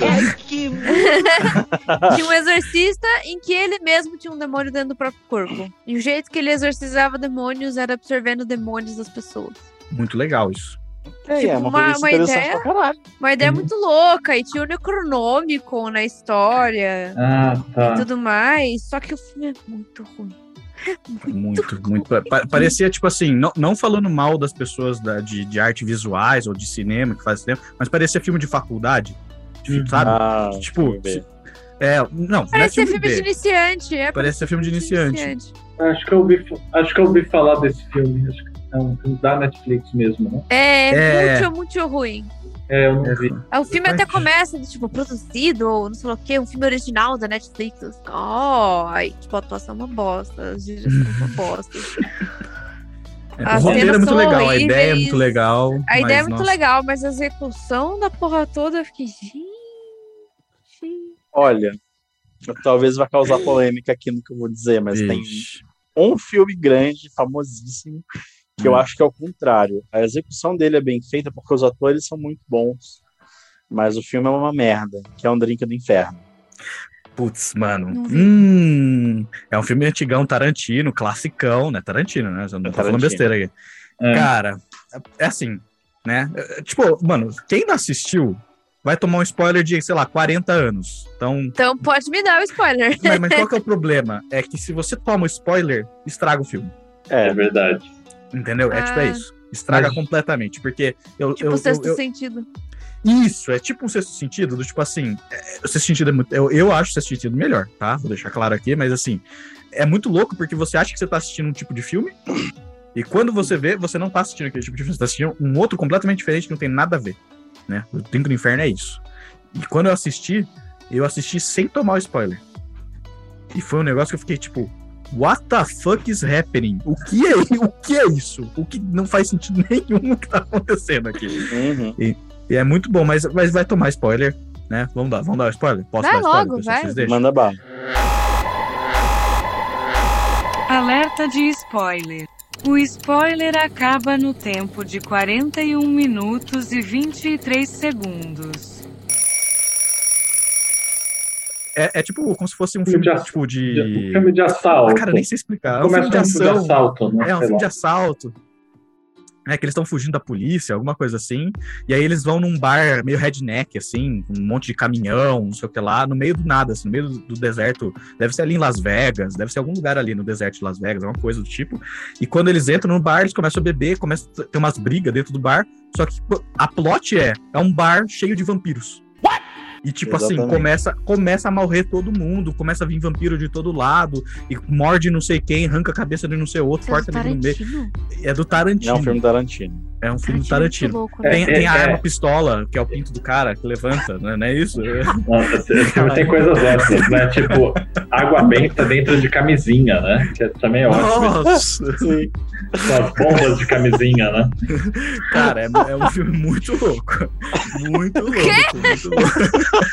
Tinha um exorcista em que ele mesmo tinha um demônio dentro do próprio corpo. E o jeito que ele exorcizava demônios era absorvendo demônios das pessoas. Muito legal isso. É, Tipo, é uma, uma- coisa uma interessante ideia- pra caralho. Uma ideia Uhum. muito louca. E tinha o Necronômico na história Ah, e tá. tudo mais. Só que o filme é muito ruim. Muito, muito. pa- pa- Parecia, tipo assim, não, não falando mal das pessoas da- de, de arte visuais ou de cinema, que fazem cinema, mas parecia filme de faculdade, de- Uhum. sabe? Ah, Tipo, deixa eu ver. É, não, não é Parece ser filme filme de B. iniciante. É, Parece ser filme de iniciante. Acho que eu ouvi, acho que eu ouvi falar desse filme. Acho que é um filme da Netflix mesmo, né? É, É. muito, muito ruim. É, eu não vi. É, O filme Mas- até começa, tipo, produzido, ou não sei lá o quê, um filme original da Netflix. Oh, aí, tipo, a atuação é uma bosta, as direções são uma bosta. É, As o roteiro é cenas muito são legal, a ideia é horríveis. muito legal. A mas, ideia é muito nossa, legal, mas a execução da porra toda, eu fiquei, gente... Olha, talvez vai causar polêmica aqui no que eu vou dizer, mas tem vixe. um filme grande, famosíssimo, que eu Hum. acho que é o contrário. A execução dele é bem feita porque os atores são muito bons, mas o filme é uma merda, que é um Drink do Inferno. Putz, mano. Não vi. Hum, é um filme antigão, Tarantino, classicão, né? Tarantino, né? Eu não É tô falando Tarantino. besteira aqui. É. Cara, é assim, né? É, Tipo, mano, quem não assistiu vai tomar um spoiler de, sei lá, quarenta anos. Então, Então pode me dar o spoiler. mas, mas qual que é o problema? É que se você toma o spoiler, estraga o filme. É É, verdade. Entendeu? É tipo, é Ah. isso. Estraga Mas... completamente, porque... Eu, Tipo eu, o sexto eu, eu... sentido. Isso, é tipo um sexto sentido, do tipo assim... É, o sexto sentido é muito... Eu, eu acho o sexto sentido melhor, tá? Vou deixar claro aqui, mas assim... É muito louco, porque você acha que você tá assistindo um tipo de filme... E quando você vê, você não tá assistindo aquele tipo de filme, você tá assistindo um outro completamente diferente que não tem nada a ver, né? O Trinco do Inferno é isso. E quando eu assisti, eu assisti sem tomar o spoiler. E foi um negócio que eu fiquei tipo, what the fuck is happening? O que é, o que é isso? O que não faz sentido nenhum o que tá acontecendo aqui. Uhum. E, e é muito bom, mas, mas vai tomar spoiler, né? Vamos dar, vamos dar o spoiler? Posso Vai dar spoiler? logo, pessoal? vai. Vocês deixam? Manda bala. Alerta de spoiler. O spoiler acaba no tempo de quarenta e um minutos e vinte e três segundos. É, é tipo como se fosse um filme, filme de, tipo de... Um filme de assalto. Ah, cara, nem sei explicar. É um Começa filme de um filme ação. de assalto, né? É um Sei filme lá. de assalto. É que eles estão fugindo da polícia, alguma coisa assim. E aí eles vão num bar meio redneck, assim, com um monte de caminhão, não sei o que lá, no meio do nada, assim, no meio do, do deserto. Deve ser ali em Las Vegas, deve ser algum lugar ali no deserto de Las Vegas, alguma coisa do tipo. E quando eles entram no bar, eles começam a beber, começam a ter umas brigas dentro do bar. Só que a plot é, é um bar cheio de vampiros. E tipo Exatamente. assim, começa, começa a morrer todo mundo, começa a vir vampiro de todo lado, e morde não sei quem, arranca a cabeça de não sei outro, corta ele no meio. É do Tarantino. É um filme Tarantino. É um filme do Tarantino. Louco, né? Tem, É, tem a é, arma é. pistola, que é o pinto do cara que levanta, né? Não é isso? Nossa, esse filme tem coisas essas, né? Tipo, água benta dentro de camisinha, né? Que também é ótimo. Nossa! Sim. Com as bombas de camisinha, né? Cara, é, é um filme muito louco. Muito louco, muito louco.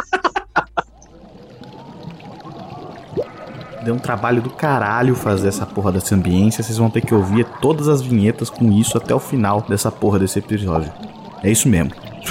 Deu um trabalho do caralho fazer essa porra dessa ambiência. Vocês vão ter que ouvir todas as vinhetas com isso até o final dessa porra desse episódio. É isso mesmo.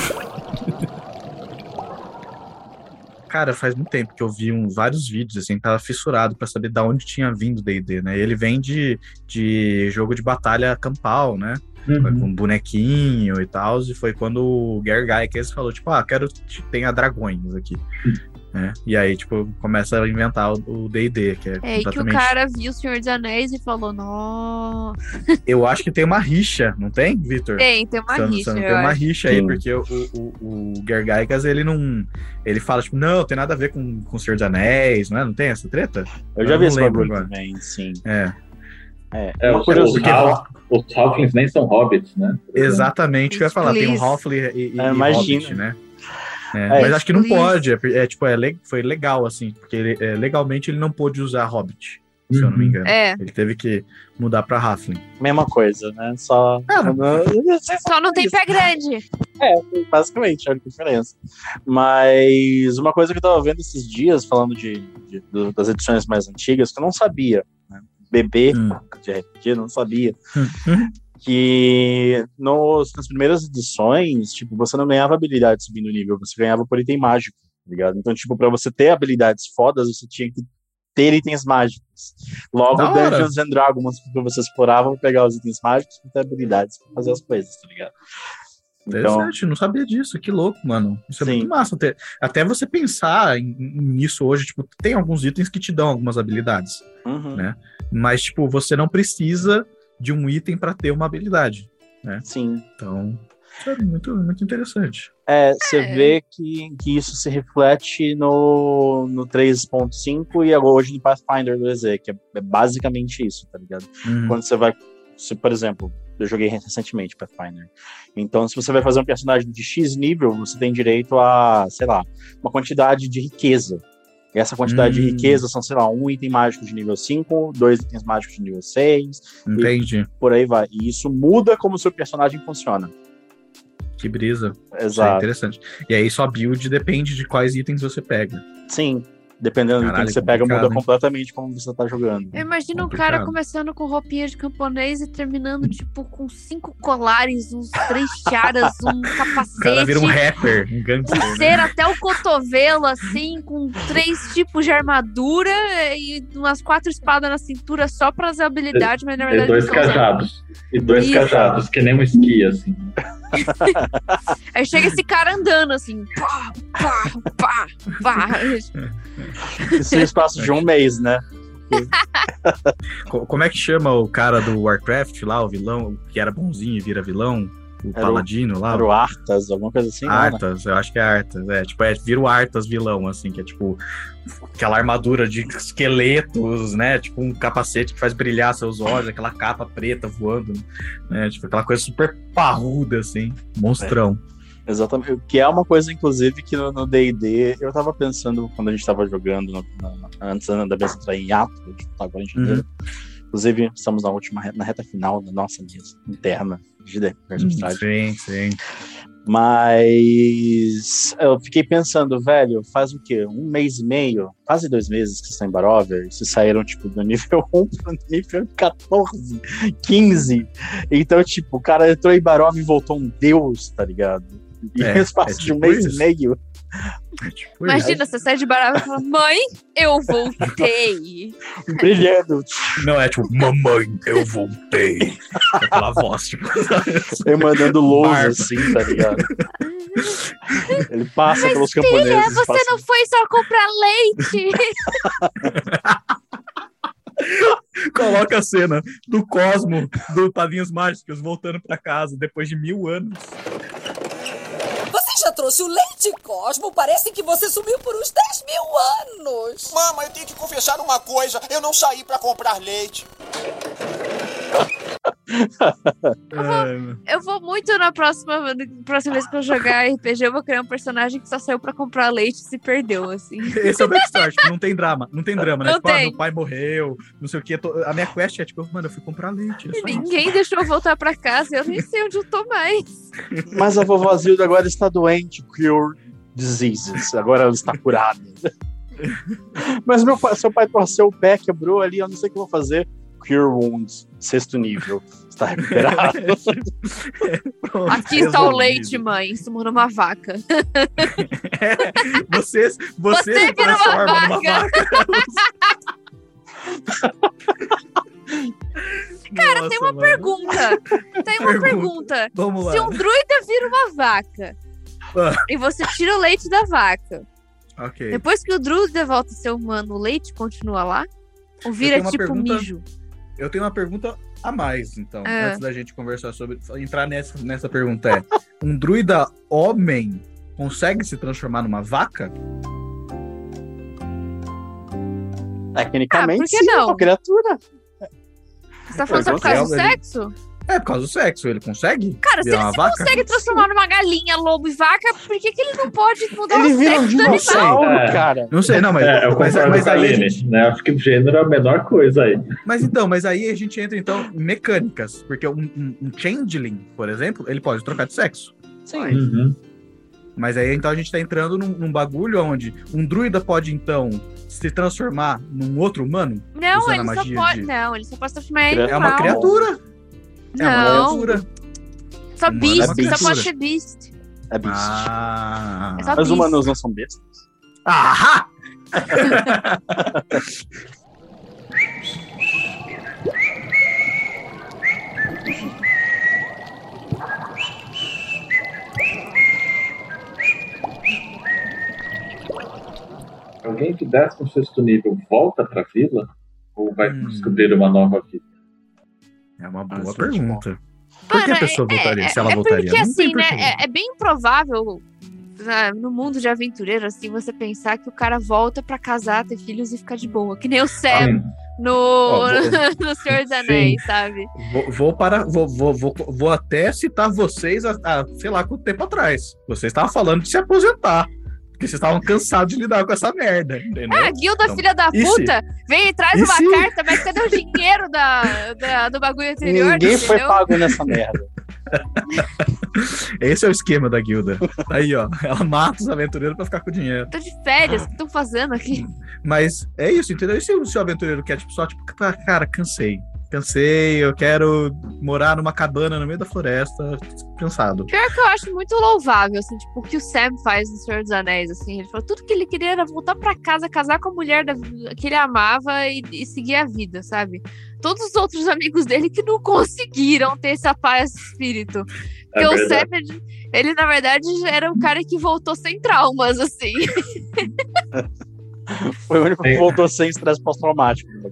Cara, faz muito tempo que eu vi um, vários vídeos, assim, tava fissurado pra saber de onde tinha vindo o D e D, né? Ele vem de, de jogo de batalha campal, né? Uhum. Com bonequinho e tal, e foi quando o Gary Gygax falou, tipo, ah, quero que tenha dragões aqui. Né? E aí, tipo, começa a inventar o D e D, que é, É aí que o completamente... cara viu o Senhor dos Anéis e falou, nossa. Eu acho que tem uma rixa, não tem, Vitor? Tem, tem uma Você não- rixa. você não eu tem uma acho. rixa aí, Sim. porque o, o, o, o Gary Gygax, ele não... Ele fala, tipo, não, tem nada a ver com, com o Senhor dos Anéis, não é? Não tem essa treta? Eu já Eu vi não esse lembro bagulho agora. também, sim. É, É, É, uma os, curiosidade. Hal- os Halflings nem são hobbits, né? exatamente o que eu ia falar. Tem o Please. Halfling e, e, É, e imagina. Hobbit, né? É, É, mas acho que não please. pode. É, é, tipo, é, le- foi legal, assim, porque ele, é, legalmente ele não pôde usar Hobbit, se eu não me Uhum. engano. É. Ele teve que mudar pra Halfling. Mesma coisa, né? Só. Ah, não. Só não tem pé grande. Basicamente, é a única diferença. Mas uma coisa que eu tava vendo esses dias, falando de, de- do- das edições mais antigas, que eu não sabia, né? Bebê Hum. de R P G, não sabia. Hum. Que nos, nas primeiras edições, tipo, você não ganhava habilidade subindo o nível, você ganhava por item mágico, tá ligado? Então, tipo, pra você ter habilidades fodas, você tinha que ter itens mágicos. Logo, Da hora. Dungeons and Dragons, que você explorava pra pegar os itens mágicos pra ter habilidades pra fazer as coisas, tá ligado? Então, Interessante, não sabia disso, que louco, mano. Isso é Sim. muito massa. Até, até você pensar em- em- nisso hoje, tipo, tem alguns itens que te dão algumas habilidades, uhum, né? Mas, tipo, você não precisa de um item pra ter uma habilidade. sim. Então, isso é muito, muito interessante. É, você É. vê que, que isso se reflete no, no três ponto cinco e agora hoje no Pathfinder do E Z, que é, é basicamente isso, tá ligado? Uhum. Quando você vai, se, por exemplo, eu joguei recentemente Pathfinder, então se você vai fazer um personagem de X nível, você tem direito a, sei lá, uma quantidade de riqueza. E essa quantidade Hum. de riqueza são, sei lá, um item mágico de nível cinco, dois itens mágicos de nível seis, Entendi. por aí vai. E isso muda como o seu personagem funciona. Que brisa. Isso é Exato. interessante. E aí sua build depende de quais itens você pega. Sim. Dependendo do Caralho, que você pega, complicado, muda hein? completamente como você tá jogando. Eu imagino um Complicado. cara começando com roupinha de camponês e terminando, tipo, com cinco colares, uns três tiaras, um O capacete. cara vira um rapper, um gangster. né? Pulseira até o cotovelo, assim, com três tipos de armadura e umas quatro espadas na cintura só pra fazer habilidade, mas na E verdade dois não são usando. cajados. E dois Isso. cajados, que nem um esqui, assim. Aí chega esse cara andando, assim, pá, pá, pá, pá. Isso é o espaço de um mês, né? Co- Como é que chama o cara do Warcraft lá, o vilão, que era bonzinho e vira vilão? O Era o- paladino lá? Era o Arthas, alguma coisa assim. não, né? Arthas, eu acho que é Arthas, é, tipo, é, vira o Arthas vilão, assim, que é tipo aquela armadura de esqueletos, né, tipo um capacete que faz brilhar seus olhos, aquela capa preta voando, né, tipo aquela coisa super parruda, assim, monstrão. Exatamente. O que é uma coisa, inclusive, que no no D e D eu tava pensando quando a gente tava jogando, no- na- antes da mesa entrar em ato, a gente tá agora em janeiro. Inclusive, estamos na última re- na reta final da nossa mesa interna de D Uhum. D. Sim, sim. Mas eu fiquei pensando, velho, faz o quê? Um mês e meio, quase dois meses que vocês estão em Barovia, vocês saíram, tipo, do nível um pro nível catorze, quinze. Então, tipo, o cara entrou em Barovia e voltou um deus, tá ligado? E É, no espaço é de um tipo mês isso. e meio. É tipo isso. Imagina, você sai de Barovia e fala, mãe, eu voltei. Brilhando. Não, é tipo, mamãe, eu voltei. Aquela voz, tipo. Ele mandando lousa, Barba. assim, tá ligado? Ele passa Mas, pelos filha, camponeses. você passa- não foi só comprar leite? Coloca a cena do Cosmo, do Padrinhos Mágicos, voltando pra casa depois de mil anos. Você já trouxe o leite, Cosmo? Parece que você sumiu por uns dez mil anos. Mama, eu tenho que confessar uma coisa. Eu não saí pra comprar leite. É, Eu vou muito na próxima, na próxima vez que eu jogar R P G, eu vou criar um personagem que só saiu pra comprar leite e se perdeu, assim. esse é o backstory, tipo, não tem drama, não tem drama, né? Não Tipo, ah, tem. meu pai morreu, não sei o que. A minha quest é tipo, mano, eu fui comprar leite. É só E isso. ninguém deixou eu voltar pra casa, eu nem sei onde eu tô mais. Mas a vovó Zilda agora está doente, cure diseases. Agora ela está curada. Mas meu pai, seu pai torceu o pé, quebrou ali, eu não sei o que eu vou fazer. Cure wounds, sexto nível. Está recuperado. Pronto, Aqui está o resolvido. leite, mãe. Isso numa vaca. É, você, você, Você se vira uma transforma numa vaca. vaca. Cara, Nossa, tem uma mano. pergunta. Tem uma Pergunta. pergunta. Vamos lá. Se um druida vira uma vaca Ah. e você tira o leite da vaca, Ok. depois que o druida volta a ser humano, o leite continua lá? Ou vira tenho uma tipo pergunta- mijo? Eu tenho uma pergunta a mais, então, Ah. antes da gente conversar sobre. Entrar nessa, nessa pergunta é: um druida homem consegue se transformar numa vaca? Tecnicamente, Ah, por que sim, não? uma criatura. Você tá falando só por consegue, causa do ele- sexo? É, por causa do sexo, ele consegue? Cara, se virar ele uma se vaca? consegue transformar numa galinha, lobo e vaca, por que, que ele não pode mudar Ele o vira um sexo do animal? dinossauro, É. cara. Não sei, não, mas. É, eu mas, concordo mas com a aí a Aline, gente- né? Acho que o gênero é a menor coisa aí. Mas então, mas aí a gente entra então em mecânicas. Porque um, um, um changeling, por exemplo, ele pode trocar de sexo. Sim. Uhum. Mas aí então a gente tá entrando num, num bagulho onde um druida pode então se transformar num outro humano? Não, Usando a ele só magia pode. de- Não, ele só pode se transformar em É É animal. uma criatura. É uma Não, criatura. só Humano beast, é uma só pode criatura. ser beast. É bicho. Ah. É só Mas beast. humanos não são bestas. Ahá! Alguém que décimo sexto nível volta pra vila? Ou vai Hum. descobrir uma nova vida? É uma Ah, boa isso é muito pergunta. Por que a Mano, pessoa é- voltaria? é- Se ela é voltaria? Porque Não tem assim, né? porquê. É, é bem improvável né, no mundo de aventureiro, assim, você pensar que o cara volta pra casar, ter filhos e ficar de boa. Que nem o Sam Sim. no, Ó, vou- no Senhor dos Sim. Anéis, sabe? Vou, vou para, vou, vou, vou, vou até citar vocês há, há, sei lá, quanto tempo atrás. Vocês estavam falando de se aposentar. Porque vocês estavam cansados de lidar com essa merda, entendeu? Ah, a guilda Então, filha da e se? puta vem e traz E uma se? carta, mas cadê o dinheiro da, da- do bagulho anterior? Ninguém foi entendeu? pago nessa merda. Esse é o esquema da guilda. Aí, ó, ela mata os aventureiros pra ficar com o dinheiro. Tô de férias, o que estão fazendo aqui? Mas é isso, entendeu? E se o seu aventureiro quer, tipo, só, tipo, cara, cansei. Cansei, eu quero morar numa cabana no meio da floresta, cansado. Pior que eu acho muito louvável, assim, tipo, o que o Sam faz no Senhor dos Anéis, assim, ele falou tudo que ele queria era voltar pra casa, casar com a mulher da- que ele amava e, e seguir a vida, sabe? Todos os outros amigos dele que não conseguiram ter essa paz de espírito. Porque É o verdade. Sam, ele, ele, na verdade, era um cara que voltou sem traumas, assim. Foi o único que Sim. voltou sem estresse pós-traumático.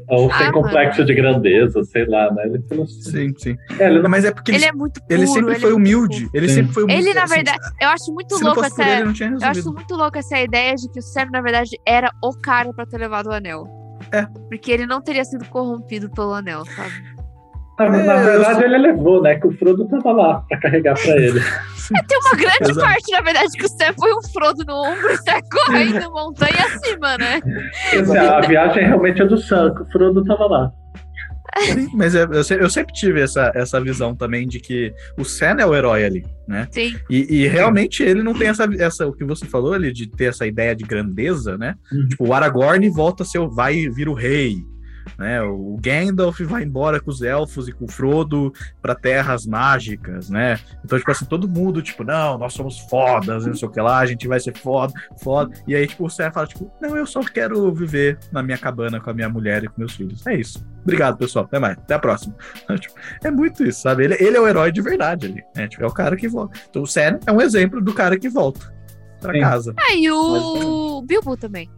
Ou sem Ah, complexo de grandeza, sei lá, né? Ele falou assim. Sim, sim. É, ele não... Mas é porque Ele ele, é muito puro. ele sempre ele foi é muito humilde. puro. Ele Sim. sempre foi humilde. Ele, na assim, verdade, eu acho muito se não louco fosse por essa. ele, não tinha Eu acho resolvido. muito louco essa ideia de que o Sam, na verdade, era o cara pra ter levado o anel. É. Porque ele não teria sido corrompido pelo anel, sabe? Na, na É, eu verdade, sei. ele levou, né? Que o Frodo tava lá pra carregar pra ele. Tem uma grande Exato. parte, na verdade, que o Sam foi um Frodo no ombro e sai correndo montanha acima, né? Quer dizer, a viagem realmente é do Sam, que o Frodo tava lá. Sim, mas é- eu, se- eu sempre tive essa, essa visão também de que o Sam é o herói ali, né? Sim. E, e realmente ele não tem essa, essa, o que você falou ali, de ter essa ideia de grandeza, né? Uhum. Tipo, o Aragorn volta a ser, o- vai e vira o rei, né? O Gandalf vai embora com os elfos e com o Frodo pra terras mágicas, né? Então, tipo assim, todo mundo, tipo, não, nós somos fodas, não sei o que lá, a gente vai ser foda, foda. E aí, tipo, o Sam fala, tipo, não, eu só quero viver na minha cabana com a minha mulher e com meus filhos. É isso. Obrigado, pessoal. Até mais. Até a próxima. Tipo, é muito isso, sabe? Ele, ele é o herói de verdade ali, né? Tipo, é o cara que volta. Então, o Sam é um exemplo do cara que volta pra Sim. casa. Ah, e o Bilbo também.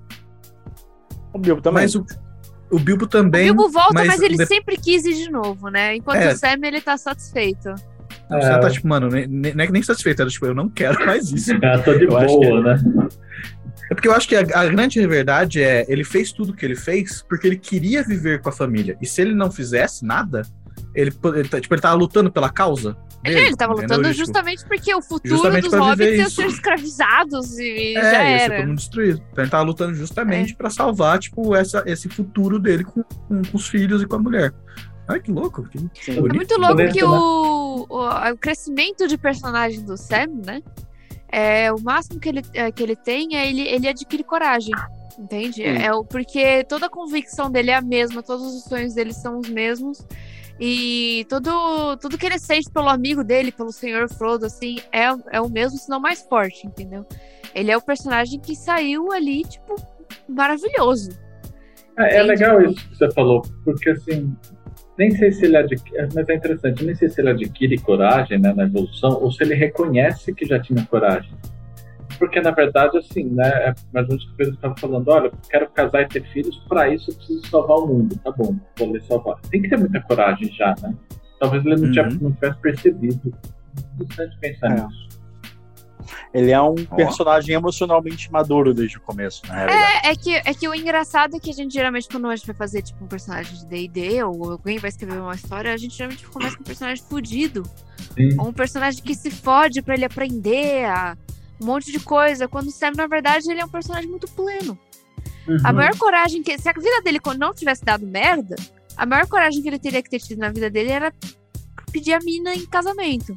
O Bilbo também. Mas o, o Bilbo O também... Bilbo volta, mas, mas ele de- sempre quis ir de novo, né? Enquanto É. o Sam, ele tá satisfeito. O Sam tá tipo, mano, nem, nem, não é que nem satisfeito, era tipo, eu não quero mais isso. Ah, tô de Eu acho boa, que- né? É porque eu acho que a, a grande verdade é, ele fez tudo que ele fez porque ele queria viver com a família. E se ele não fizesse nada, ele, po- ele, tá- tipo, ele tava lutando pela causa Ele, dele, ele tava entendeu? lutando E, tipo, justamente porque o futuro justamente dos pra viver hobbits ia isso. ser escravizados e É, já ia ser era. todo mundo destruído. Então ele tava lutando justamente É. pra salvar, tipo, essa, esse futuro dele com, com, com os filhos e com a mulher. Ai, que louco. Que, que É bonito. muito louco Bonito, que né? o, o, o crescimento de personagem do Sam, né? É, o máximo que ele, é, que ele tem é ele, ele adquire coragem. Entende? Hum. É, o, porque toda a convicção dele é a mesma, todos os sonhos dele são os mesmos. E tudo, tudo que ele sente pelo amigo dele, pelo senhor Frodo, assim, é, é o mesmo, se não mais forte, entendeu? Ele é o personagem que saiu ali, tipo, maravilhoso. É, é Entendi. legal isso que você falou, porque assim, nem sei se ele adquire, mas é interessante, nem sei se ele adquire coragem, né, na evolução, ou se ele reconhece que já tinha coragem. Porque, na verdade, assim, né, é mais ou menos o que o Pedro estava falando, olha, eu quero casar e ter filhos, para isso eu preciso salvar o mundo, tá bom, vou lhe salvar. Tem que ter muita coragem já, né? Talvez ele não, Uhum. tinha, não tivesse percebido. É interessante pensar É. nisso. Ele é um personagem emocionalmente maduro desde o começo, na realidade. É, é que, é que o engraçado é que a gente geralmente, quando a gente vai fazer tipo um personagem de D e D, ou alguém vai escrever uma história, a gente geralmente começa com um personagem fudido. Sim. Ou um personagem que se fode pra ele aprender a um monte de coisa. Quando o Sam, na verdade, ele é um personagem muito pleno. Uhum. A maior coragem que. Se a vida dele não tivesse dado merda, a maior coragem que ele teria que ter tido na vida dele era pedir a mina em casamento.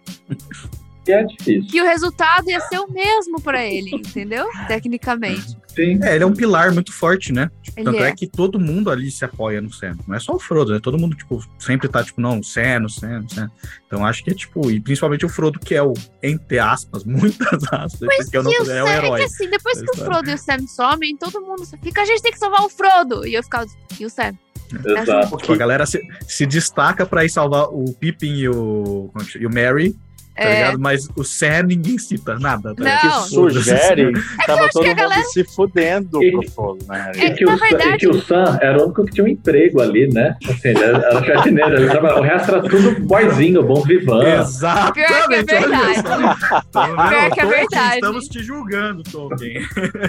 E é difícil. Que o resultado ia ser o mesmo pra ele, entendeu? Tecnicamente. Sim. É, ele é um pilar muito forte, né? Tipo, Ele tanto é. é. que todo mundo ali se apoia no Sam. Não é só o Frodo, né? Todo mundo, tipo, sempre tá, tipo, não, Sam, no Sam, no Sam. Então acho que é, tipo, e principalmente o Frodo, que é o, entre aspas, muitas aspas, Mas porque eu não que o é o Sam, é herói. que assim, depois da que o história. Frodo e o Sam somem, todo mundo fica, a gente tem que salvar o Frodo. E eu ficava, e o Sam? Exato. Tipo, a galera se, se destaca pra ir salvar o Pippin e o, como é que chama? E o Merry, tá É. ligado? Mas o Sam ninguém cita nada. Tá Não. ligado? Que sugere que tava acho todo que a mundo galera- se fudendo E- pro Frodo, na E realidade. que, na o, Sam- verdade- e que o Sam era o único que tinha um emprego ali, né? Assim, ele era, era jardineiro, ele trabalhava, o resto era tudo boyzinho, bom vivan. Exatamente. Pior que é verdade. olha só. Então, Pior não, que é Tolkien, verdade. Estamos te julgando, Tolkien.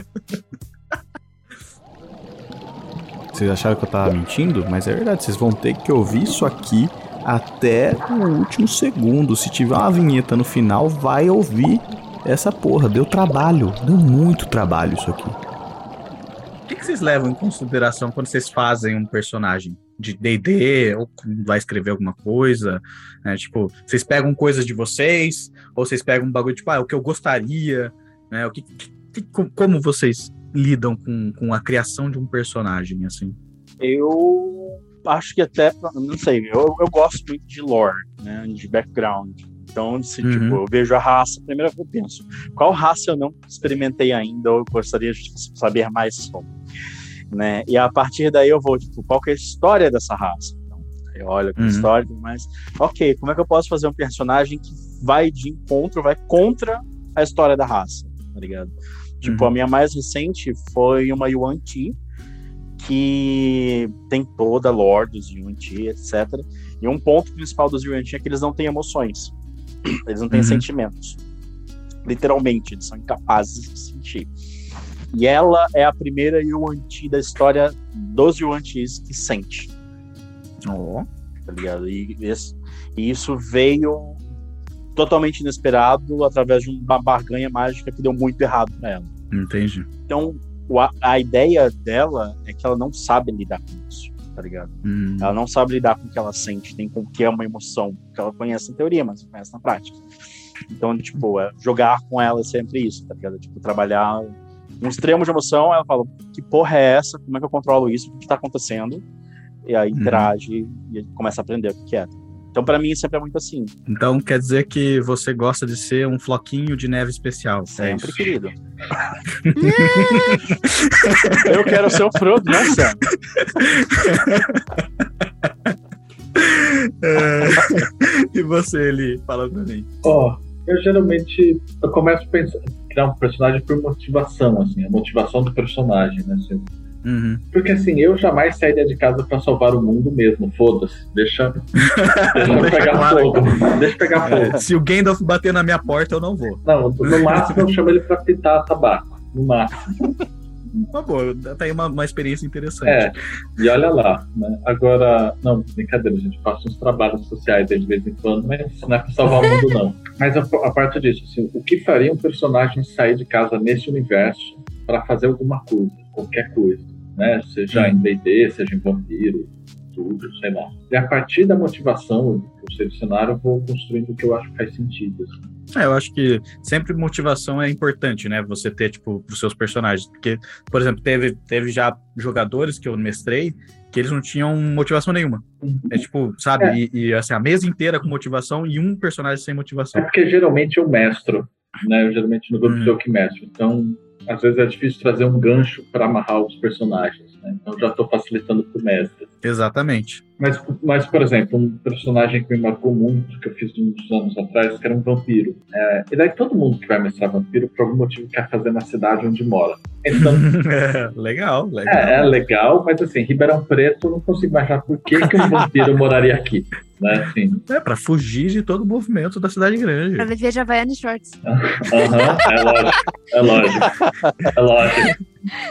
Vocês acharam que eu tava mentindo? Mas é verdade, vocês vão ter que ouvir isso aqui até o último segundo. Se tiver uma vinheta no final, vai ouvir essa porra. Deu trabalho, deu muito trabalho isso aqui. O que, que vocês levam em consideração quando vocês fazem um personagem de D e D, ou vai escrever alguma coisa, né? Tipo, vocês pegam coisas de vocês, ou vocês pegam um bagulho, tipo, ah, o que eu gostaria, né? O que, que- como vocês lidam com, com a criação de um personagem, assim? Eu acho que até, não sei, eu, eu gosto muito de lore, né, de background. Então, se Uhum. tipo, eu vejo a raça, primeiro eu penso, qual raça eu não experimentei ainda ou gostaria de saber mais sobre, né? E a partir daí eu vou, tipo, qual que é a história dessa raça? Então, eu olho com a Uhum. história, mas, ok, como é que eu posso fazer um personagem que vai de encontro, vai contra a história da raça, tá ligado? Tipo, Uhum. a minha mais recente foi uma Yuan Ti, que tem toda a lore dos Yuan-Ti, etcétera. E um ponto principal dos Yuan-Ti é que eles não têm emoções. Eles não têm uhum. sentimentos. Literalmente, eles são incapazes de sentir. E ela é a primeira Yuan-Ti da história dos Yuan-Tis que sente. Oh. Tá ligado? E, e isso veio totalmente inesperado através de uma barganha mágica que deu muito errado pra ela. Entendi. Então, a, a ideia dela é que ela não sabe lidar com isso, tá ligado? Hum. Ela não sabe lidar com o que ela sente, nem com o que é uma emoção, que ela conhece em teoria, mas não conhece na prática. Então, tipo, é, jogar com ela é sempre isso, tá ligado? Tipo, trabalhar um extremo de emoção, ela fala, que porra é essa? Como é que eu controlo isso? O que tá acontecendo? E aí interage hum. e começa a aprender o que é. Então, pra mim, sempre é muito assim. Então, quer dizer que você gosta de ser um floquinho de neve especial. Sempre, é querido. Eu quero ser o Frodo, não, Sam. É... E você, Eli? Fala pra mim. Ó, oh, eu geralmente eu começo a pensar, criar um personagem por motivação, assim, a motivação do personagem, né? Assim, Uhum. Porque assim, eu jamais sairia de casa pra salvar o mundo mesmo, foda-se, deixa, deixa eu pegar claro. fogo, deixa eu pegar fogo. É, se o Gandalf bater na minha porta, eu não vou. Não, no máximo eu chamo ele pra pitar tabaco, no máximo. Uma boa, tá aí uma, uma experiência interessante. É, e olha lá, né? Agora, não, brincadeira, a gente faz uns trabalhos sociais aí de vez em quando, mas não é pra salvar o mundo, não. Mas a, a parte disso, assim, o que faria um personagem sair de casa nesse universo pra fazer alguma coisa, qualquer coisa, né? Seja em D e D, seja em vampiro, tudo, sei lá. E a partir da motivação que eu selecionar, eu vou construindo o que eu acho que faz sentido, assim. É, eu acho que sempre motivação é importante, né? Você ter, tipo, os seus personagens. Porque, por exemplo, teve, teve já jogadores que eu mestrei que eles não tinham motivação nenhuma. Uhum. É tipo, sabe? É. E, e assim, a mesa inteira com motivação e um personagem sem motivação. É porque geralmente eu mestro, né? Eu geralmente no grupo uhum. sou eu que mestro. Então, às vezes é difícil trazer um gancho para amarrar os personagens, né? Então já estou facilitando pro mestre. Exatamente. Mas, mas, por exemplo, um personagem que me marcou muito, que eu fiz uns anos atrás, que era um vampiro. É, e daí todo mundo que vai mestrar vampiro, por algum motivo, quer fazer na cidade onde mora. Então, é, legal, legal. É, é legal, mas assim, Ribeirão Preto, eu não consigo imaginar por que, que um vampiro moraria aqui. Né, assim. É, pra fugir de todo o movimento da cidade grande. Pra viver de Havaiana e shorts. Aham, uhum, é lógico, é lógico, é lógico.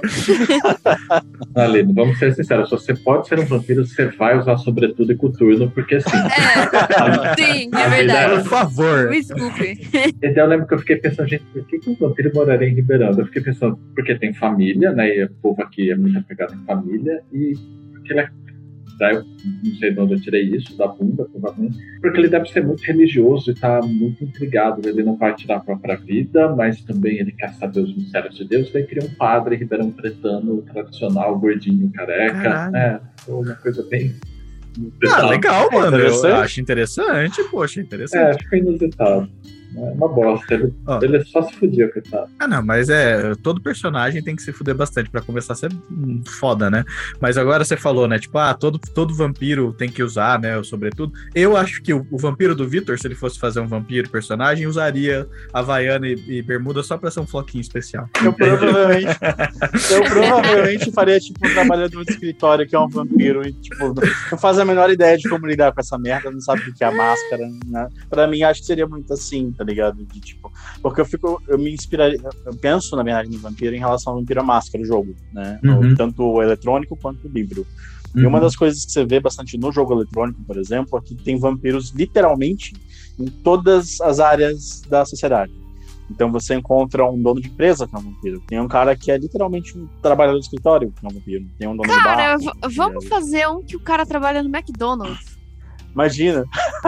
Aline, vamos ser sinceros, se você pode ser um vampiro, você vai usar sobretudo e coturno, porque sim. É, sim, é verdade. Por favor. Desculpe. Então eu lembro que eu fiquei pensando, gente, por que, que um vampiro moraria em Ribeirão? Eu fiquei pensando, porque tem família, né, e o povo aqui é muito apegado em família, e porque ele é... Eu não sei de onde eu tirei isso, da bunda, provavelmente. Porque ele deve ser muito religioso e tá muito intrigado. Ele não vai tirar a própria vida, mas também ele quer saber os mistérios de Deus. Daí cria um padre ribeirão pretano, tradicional, gordinho, careca. Caralho. É, uma coisa bem... Ah, legal, mano. É eu acho interessante, poxa, interessante. É, acho que é inusitado. É uma bosta. Ele, oh. ele só se fudia, coitado. Ah, não, mas é. Todo personagem tem que se fuder bastante pra começar a ser foda, né? Mas agora você falou, né? Tipo, ah, todo, todo vampiro tem que usar, né? Sobretudo. Eu acho que o, o vampiro do Victor, se ele fosse fazer um vampiro personagem, usaria Havaiana e, e bermuda só pra ser um floquinho especial. Eu provavelmente. eu provavelmente faria, tipo, um trabalhador de escritório que é um vampiro e, tipo, não faz a menor ideia de como lidar com essa merda, não sabe o que é a máscara, né? Pra mim, acho que seria muito assim. Tá ligado? De, tipo, porque eu fico, eu me inspiraria, eu penso na verdade no vampiro em relação ao Vampiro à Máscara, o jogo, né? Uhum. Tanto o eletrônico quanto o livro. Uhum. E uma das coisas que você vê bastante no jogo eletrônico, por exemplo, é que tem vampiros literalmente em todas as áreas da sociedade. Então você encontra um dono de empresa que é um vampiro. Tem um cara que é literalmente um trabalhador de escritório que é um vampiro. Tem um dono cara, de bar. Cara, vamos fazer um que o cara trabalha no McDonald's. Imagina.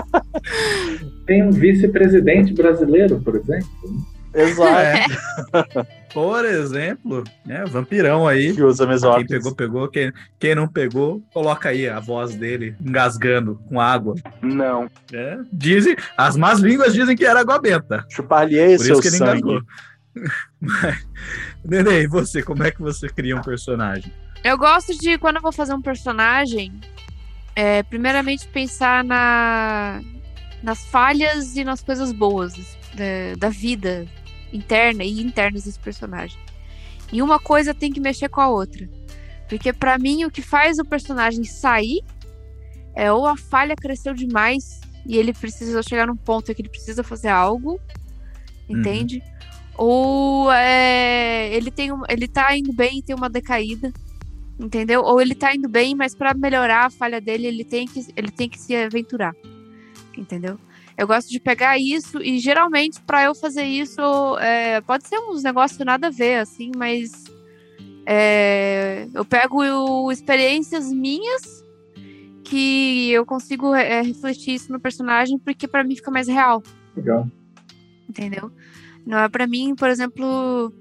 Tem um vice-presidente brasileiro, por exemplo. Exato. É. Por exemplo, né, vampirão aí. Que usa mesóclise. Quem pegou, pegou. Quem, quem não pegou, coloca aí a voz dele engasgando com água. Não. É, dizem, as más línguas dizem que era água benta. Chupar-lhe Por seu isso que ele sangue. engasgou. Mas, Nenê, e você? Como é que você cria um personagem? Eu gosto de, quando eu vou fazer um personagem... É, primeiramente pensar na, nas falhas e nas coisas boas da, da vida interna e internas desse personagem. E uma coisa tem que mexer com a outra. Porque pra mim o que faz o personagem sair é ou a falha cresceu demais e ele precisa chegar num ponto que ele precisa fazer algo, entende? Uhum. Ou é, ele, tem um, ele tá indo bem e tem uma decaída, entendeu? Ou ele tá indo bem, mas pra melhorar a falha dele, ele tem que, ele tem que se aventurar, entendeu? Eu gosto de pegar isso e geralmente pra eu fazer isso, é, pode ser uns negócios nada a ver, assim, mas é, eu pego eu, experiências minhas que eu consigo é, refletir isso no personagem porque pra mim fica mais real. Legal. Entendeu? Não é pra mim, por exemplo,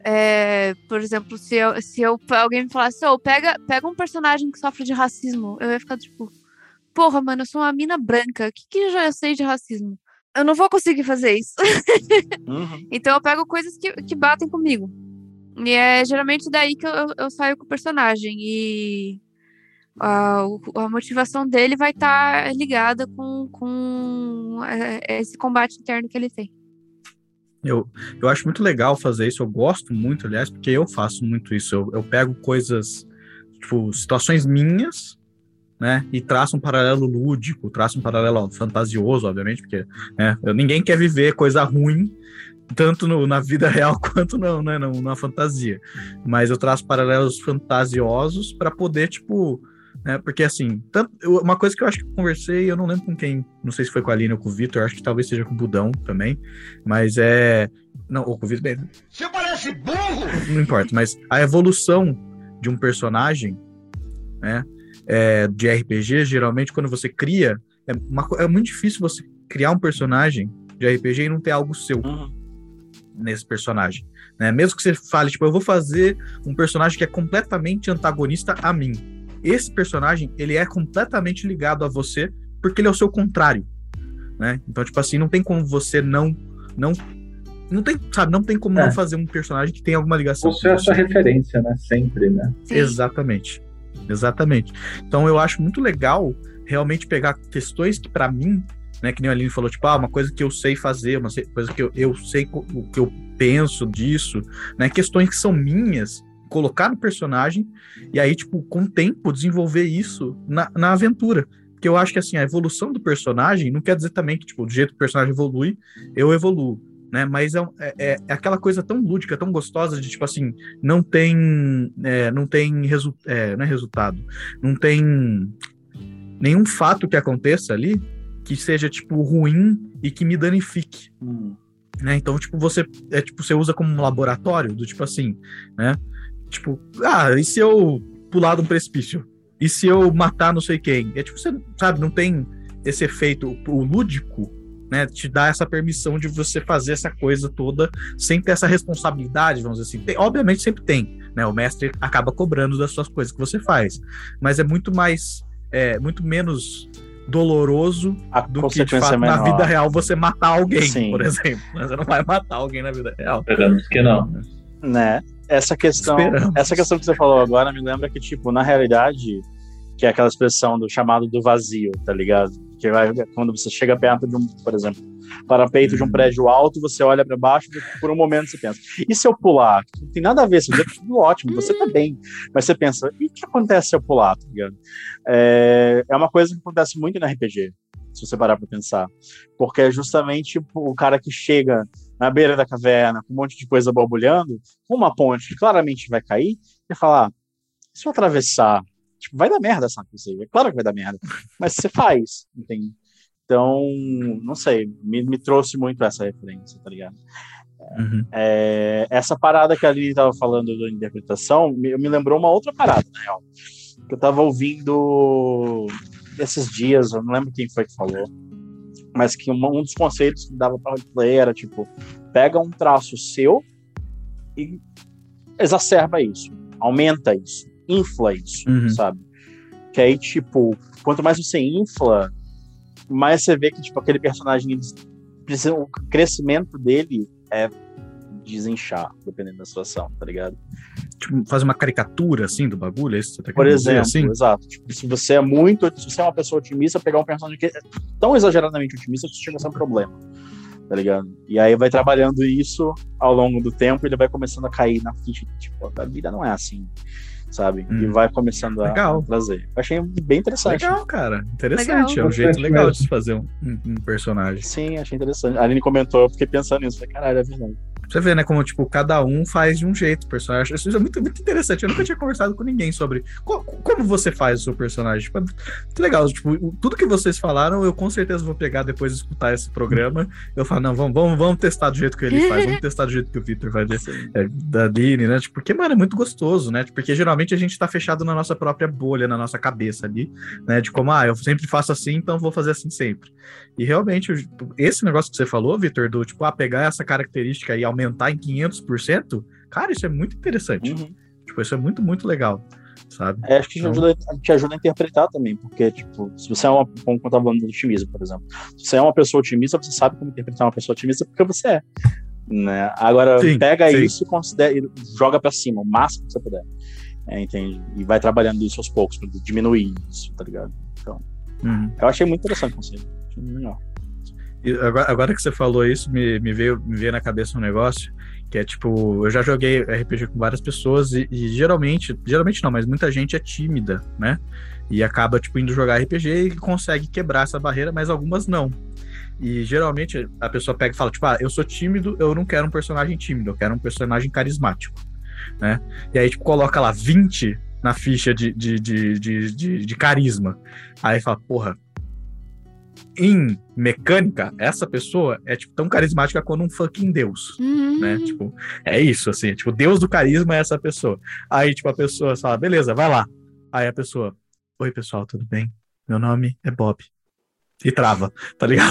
é, por exemplo, se, eu, se eu, alguém me falasse, oh, pega, pega um personagem que sofre de racismo, eu ia ficar tipo, porra, mano, eu sou uma mina branca, o que, que eu já sei de racismo? Eu não vou conseguir fazer isso. Uhum. Então eu pego coisas que, que batem comigo. E é geralmente daí que eu, eu, eu saio com o personagem. E a, a motivação dele vai estar tá ligada com, com esse combate interno que ele tem. Eu, eu acho muito legal fazer isso, eu gosto muito, aliás, porque eu faço muito isso. Eu, eu pego coisas, tipo, situações minhas, né, e traço um paralelo lúdico, traço um paralelo fantasioso, obviamente, porque né, ninguém quer viver coisa ruim, tanto no, na vida real quanto no, né, no, na fantasia. Mas eu traço paralelos fantasiosos para poder, tipo... Né, porque assim, tanto, uma coisa que eu acho que eu conversei, eu não lembro com quem, não sei se foi com a Aline ou com o Vitor, acho que talvez seja com o Budão também, mas é... Não, ou com o Vitor, bem... Você parece burro! Não importa, mas a evolução de um personagem, né, é, de R P G, geralmente quando você cria, é, uma, é muito difícil você criar um personagem de R P G e não ter algo seu uhum. nesse personagem, né, mesmo que você fale, tipo, eu vou fazer um personagem que é completamente antagonista a mim. Esse personagem, ele é completamente ligado a você, porque ele é o seu contrário, né? Então, tipo assim, não tem como você não... Não, não tem, sabe, não tem como é. não fazer um personagem que tem alguma ligação. Você é essa referência, né? Sempre, né? Sim. Exatamente. Exatamente. Então, eu acho muito legal realmente pegar questões que, pra mim, né, que nem a Aline falou, tipo, ah, uma coisa que eu sei fazer, uma coisa que eu, eu sei o que eu penso disso, né? Questões que são minhas, colocar no personagem, e aí, tipo, com o tempo, desenvolver isso na, na aventura. Porque eu acho que, assim, a evolução do personagem não quer dizer também que, tipo, do jeito que o personagem evolui, eu evoluo, né? Mas é, é, é aquela coisa tão lúdica, tão gostosa de, tipo, assim, não tem... É, não tem resu é, não é resultado. Não tem nenhum fato que aconteça ali que seja, tipo, ruim e que me danifique. Hum. Né? Então, tipo, você, é, tipo, você usa como um laboratório, do tipo assim, né? Tipo, ah, e se eu pular de um precipício? E se eu matar não sei quem? É tipo, você sabe, não tem esse efeito, o lúdico, né? Te dá essa permissão de você fazer essa coisa toda sem ter essa responsabilidade, vamos dizer assim. Tem, obviamente sempre tem, né? O mestre acaba cobrando das suas coisas que você faz. Mas é muito mais, é, muito menos doloroso a do que, de fato, na vida real você matar alguém, Sim. por exemplo. Você não vai matar alguém na vida real. Esperamos que não. Né? Essa questão, essa questão que você falou agora me lembra que, tipo, na realidade, que é aquela expressão do chamado do vazio, tá ligado? Que vai, quando você chega perto de um, por exemplo, parapeito hum. de um prédio alto, você olha pra baixo e por um momento você pensa, e se eu pular? Não tem nada a ver, você vê tudo ótimo, você tá bem, mas você pensa, e o que acontece se eu pular, tá ligado? É, é uma coisa que acontece muito no R P G, se você parar pra pensar, porque é justamente o cara que chega na beira da caverna, com um monte de coisa borbulhando, com uma ponte que claramente vai cair, e falar, se eu atravessar, tipo, vai dar merda essa coisa aí, é claro que vai dar merda, mas você faz, entende? Então, não sei, me, me trouxe muito essa referência, tá ligado? Uhum. É, essa parada que a Lili tava falando da interpretação, me, me lembrou uma outra parada, na real, que eu tava ouvindo esses dias, eu não lembro quem foi que falou, mas que um, um dos conceitos que dava para roleplay era, tipo, pega um traço seu e exacerba isso, aumenta isso, infla isso, uhum. sabe? Que aí, tipo, quanto mais você infla, mais você vê que, tipo, aquele personagem, precisa, o crescimento dele é desinchar, dependendo da situação, tá ligado? Tipo, fazer uma caricatura, assim, do bagulho, é isso que você tá Por querendo exemplo, dizer, assim? Exato. Tipo, se você é muito, se você é uma pessoa otimista, pegar um personagem que é tão exageradamente otimista que chega a ser um problema, tá ligado? E aí vai trabalhando isso ao longo do tempo e ele vai começando a cair na ficha, tipo, a vida não é assim, sabe? Hum. E vai começando a, Legal. a trazer. Eu achei bem interessante. Legal, cara. Interessante. Legal. É um jeito Bastante legal mesmo. de se fazer um, um- um personagem. Sim, achei interessante. A Aline comentou, eu fiquei pensando nisso. Falei, caralho, é verdade. Você vê, né, como, tipo, cada um faz de um jeito o personagem. Isso é muito, muito interessante. Eu nunca tinha conversado com ninguém sobre co- como você faz o seu personagem. Tipo, é muito legal. Tipo, o- tudo que vocês falaram, eu com certeza vou pegar depois de escutar esse programa. Eu falo, não, vamos, vamos, vamos testar do jeito que ele faz. Vamos testar do jeito que o Victor faz. É, da Aline, né? Tipo, porque, mano, é muito gostoso, né? Porque geralmente a gente tá fechado na nossa própria bolha, na nossa cabeça ali, né? De como, ah, eu sempre faço assim, então vou fazer assim sempre. E realmente, o- esse negócio que você falou, Victor, do tipo, ah, pegar essa característica e aumentar em quinhentos por cento, cara, isso é muito interessante. Uhum. Tipo, isso é muito, muito legal, sabe? É, acho que te Então- ajuda, te ajuda a interpretar também, porque, tipo, se você é uma, como eu tava falando do otimismo, por exemplo, se você é uma pessoa otimista, você sabe como interpretar uma pessoa otimista porque você é, né? Agora, Sim, pega sim. isso e, considera, e joga pra cima, o máximo que você puder, é, entende? E vai trabalhando isso aos poucos, pra diminuir isso, tá ligado? Então, Uhum. eu achei muito interessante o conceito, achei muito legal. E agora, agora que você falou isso, me, me, veio, me veio na cabeça um negócio que é tipo, eu já joguei R P G com várias pessoas e, e geralmente, geralmente não, mas muita gente é tímida, né? E acaba, tipo, indo jogar R P G e consegue quebrar essa barreira, mas algumas não. E geralmente a pessoa pega e fala, tipo, ah, eu sou tímido, eu não quero um personagem tímido, eu quero um personagem carismático, né? E aí, tipo, coloca lá vinte na ficha de, de, de, de, de, de carisma. Aí fala, porra, em mecânica, essa pessoa é, tipo, tão carismática quanto um fucking deus, Uhum. né? Tipo, é isso, assim, tipo, Deus do carisma é essa pessoa. Aí, tipo, a pessoa fala, beleza, vai lá. Aí a pessoa, oi, pessoal, tudo bem? Meu nome é Bob. E trava, tá ligado?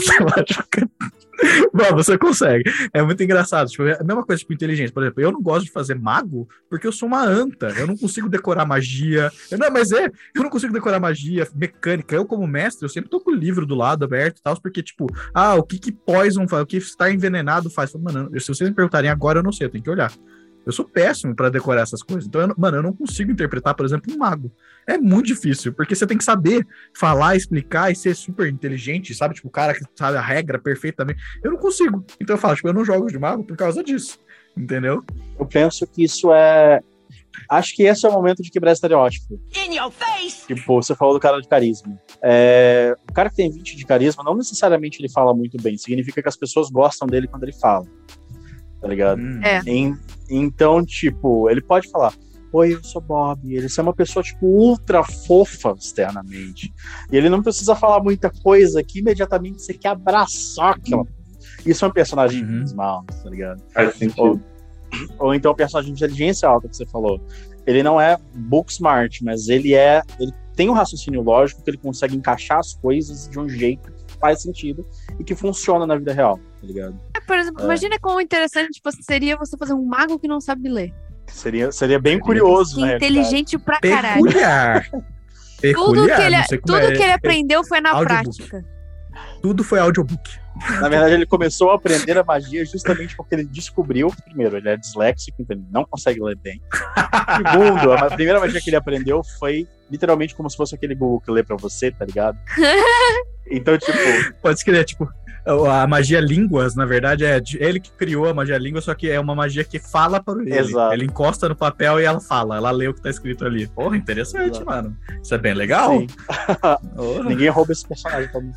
Bom, você consegue. É muito engraçado. Tipo, é a mesma coisa, tipo, inteligência. Por exemplo, eu não gosto de fazer mago porque eu sou uma anta. Eu não consigo decorar magia. Eu, não, mas é, eu não consigo decorar magia, mecânica. Eu, como mestre, eu sempre tô com o livro do lado aberto e tal, porque, tipo, ah, o que que poison faz? O que estar envenenado faz? Mano, se vocês me perguntarem agora, eu não sei, eu tenho que olhar. Eu sou péssimo pra decorar essas coisas. Então, eu, mano, eu não consigo interpretar, por exemplo, um mago. É muito difícil, porque você tem que saber falar, explicar e ser super inteligente, sabe? Tipo, o cara que sabe a regra perfeitamente. Eu não consigo. Então eu falo, tipo, eu não jogo de mago por causa disso. Entendeu? Eu penso que isso é... Acho que esse é o momento de quebrar estereótipo. In your face! Tipo, você falou do cara de carisma. É... O cara que tem vinte de carisma, não necessariamente ele fala muito bem. Significa que as pessoas gostam dele quando ele fala. Tá ligado? Hum. É. Em- Então, tipo, ele pode falar, oi, eu sou Bob. Ele é uma pessoa, tipo, ultra fofa externamente. E ele não precisa falar muita coisa que imediatamente você quer abraçar aquela. Isso é um personagem Uhum. de carisma alto, tá ligado? Faz sentido. Ou, ou então o personagem de inteligência alta que você falou. Ele não é book smart, mas ele é. Ele tem um raciocínio lógico que ele consegue encaixar as coisas de um jeito que faz sentido e que funciona na vida real, tá ligado? É, por exemplo, É. imagina como interessante tipo, seria você fazer um mago que não sabe ler. Seria, seria bem curioso, né? Inteligente pra caralho. Peculiar. Tudo Peculiar, que ele, não sei como tudo é. que ele aprendeu foi na Audiobook. prática. Tudo foi audiobook. Na verdade, ele começou a aprender a magia justamente porque ele descobriu, primeiro, ele é disléxico, então ele não consegue ler bem. Segundo, a primeira magia que ele aprendeu foi literalmente como se fosse aquele Google que lê pra você, tá ligado? Então, tipo... Pode escrever, tipo, a magia línguas, na verdade, é de- ele que criou a magia línguas, só que é uma magia que fala para ele. Exato. Ele encosta no papel e ela fala, ela lê o que tá escrito ali. Porra, interessante, Exato. mano. Isso é bem legal. Sim. Porra. Ninguém rouba esse personagem pra mim.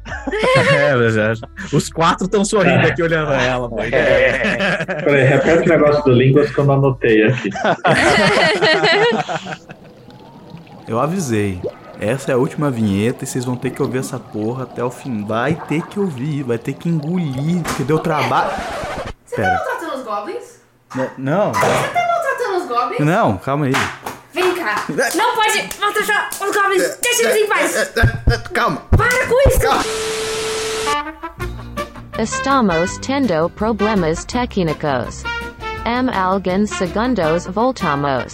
É, mas é. Os quatro estão sorrindo aqui olhando pra ela. Pô. É. Peraí, repete o negócio do línguas que eu não anotei aqui. Eu avisei. Essa é a última vinheta e vocês vão ter que ouvir essa porra até o fim. Vai ter que ouvir, vai ter que engolir, porque deu trabalho. Você Pera. tá maltratando os goblins? N- Não, Você tá maltratando os goblins? não, calma aí. Vem cá. Não pode maltratar os goblins. Deixa eles em paz. Calma. Para com isso. Estamos tendo problemas técnicos. Am alguns segundos voltamos.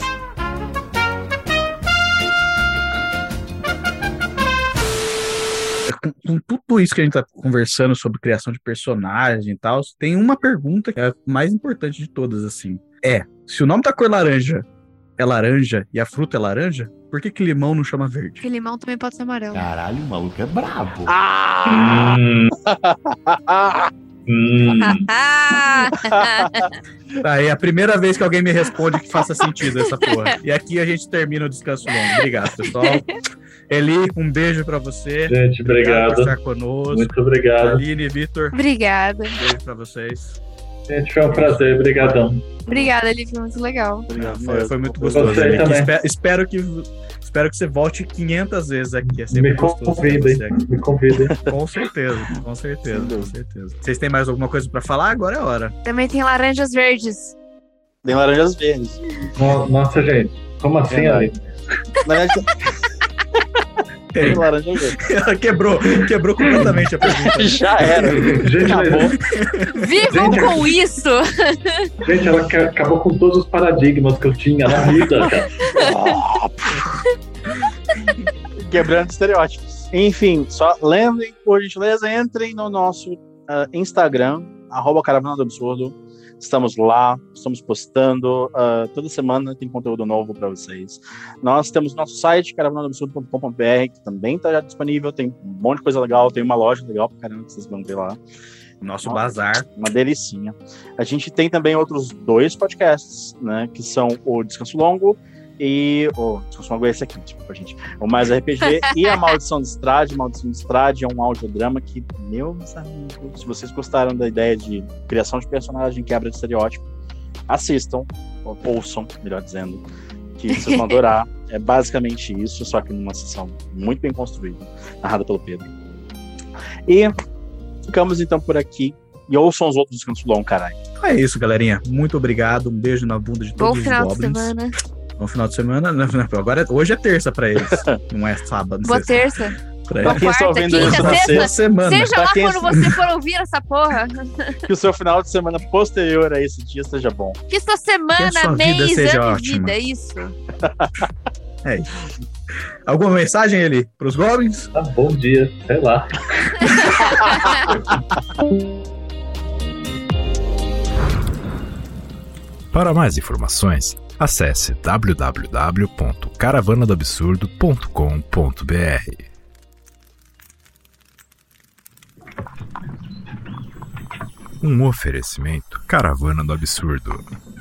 Com, com tudo isso que a gente tá conversando sobre criação de personagem e tal, tem uma pergunta que é a mais importante de todas, assim. É, se o nome da cor laranja é laranja e a fruta é laranja, por que que limão não chama verde? Porque limão também pode ser amarelo. Caralho, o maluco é brabo. Ah! Hum. Aí é a primeira vez que alguém me responde que faça sentido essa porra. E aqui a gente termina o descanso longo. Obrigado, pessoal. Eli, um beijo pra você. Gente, obrigado. Obrigado por estar conosco. Muito obrigado. Aline e Vitor. Obrigada. Um beijo pra vocês. Gente, foi um prazer. Obrigadão. Obrigada, Eli, foi muito legal. Obrigado, foi, foi muito gostoso. Você também. Espero, espero que espero que você volte quinhentas vezes aqui. É sempre Me gostoso. convidem. Me convidem. Com certeza, com certeza, com certeza. Vocês têm mais alguma coisa pra falar? Agora é a hora. Também tem laranjas verdes. Tem laranjas verdes. Nossa, gente. Como assim, É, Ali? Na verdade, tem laranja verde. Ela quebrou, quebrou completamente a pergunta. Já era. Gente, Acabou. Vivam Gente, com isso! Gente, ela ca- acabou com todos os paradigmas que eu tinha na vida, cara. Quebrando estereótipos. Enfim, só lembrem, por gentileza, entrem no nosso uh, Instagram, arroba Caravana do Absurdo. Estamos lá, estamos postando, uh, toda semana tem conteúdo novo para vocês. Nós temos nosso site, caravana do absurdo ponto com ponto b r, que também está já disponível, tem um monte de coisa legal, tem uma loja legal pra caramba que vocês vão ver lá. Nosso bazar. Uma delicinha. A gente tem também outros dois podcasts, né, que são o Descanso Longo e o Descanso Longo é esse aqui, tipo, pra gente. O Mais R P G e a Maldição de Estrade. Maldição de Estrade é um audiodrama que, meus amigos, se vocês gostaram da ideia de criação de personagem, quebra de estereótipo, assistam, ou ouçam, melhor dizendo, que vocês vão adorar. É basicamente isso, só que numa sessão muito bem construída, narrada pelo Pedro. E ficamos então por aqui. E ouçam os outros Descanso Longo, caralho. É isso, galerinha. Muito obrigado. Um beijo na bunda de Bom todos os final de goblins. semana. Bom final de semana. Não, não, agora, hoje é terça pra eles. Não é sábado. Boa sexta. terça. Pra Boa eles. quem está quarta, ouvindo quinta, isso na sexta. sexta semana. Seja Pra lá quem- quando você for ouvir essa porra. Que o seu final de semana posterior a esse dia seja bom. Que sua Que a semana, sua vida mês, seja ano e ótima. vida, isso. É isso. Alguma mensagem, Eli, pros goblins? Ah, bom dia, sei lá. Para mais informações, acesse w w w ponto caravana do absurdo ponto com ponto b r. Um oferecimento Caravana do Absurdo.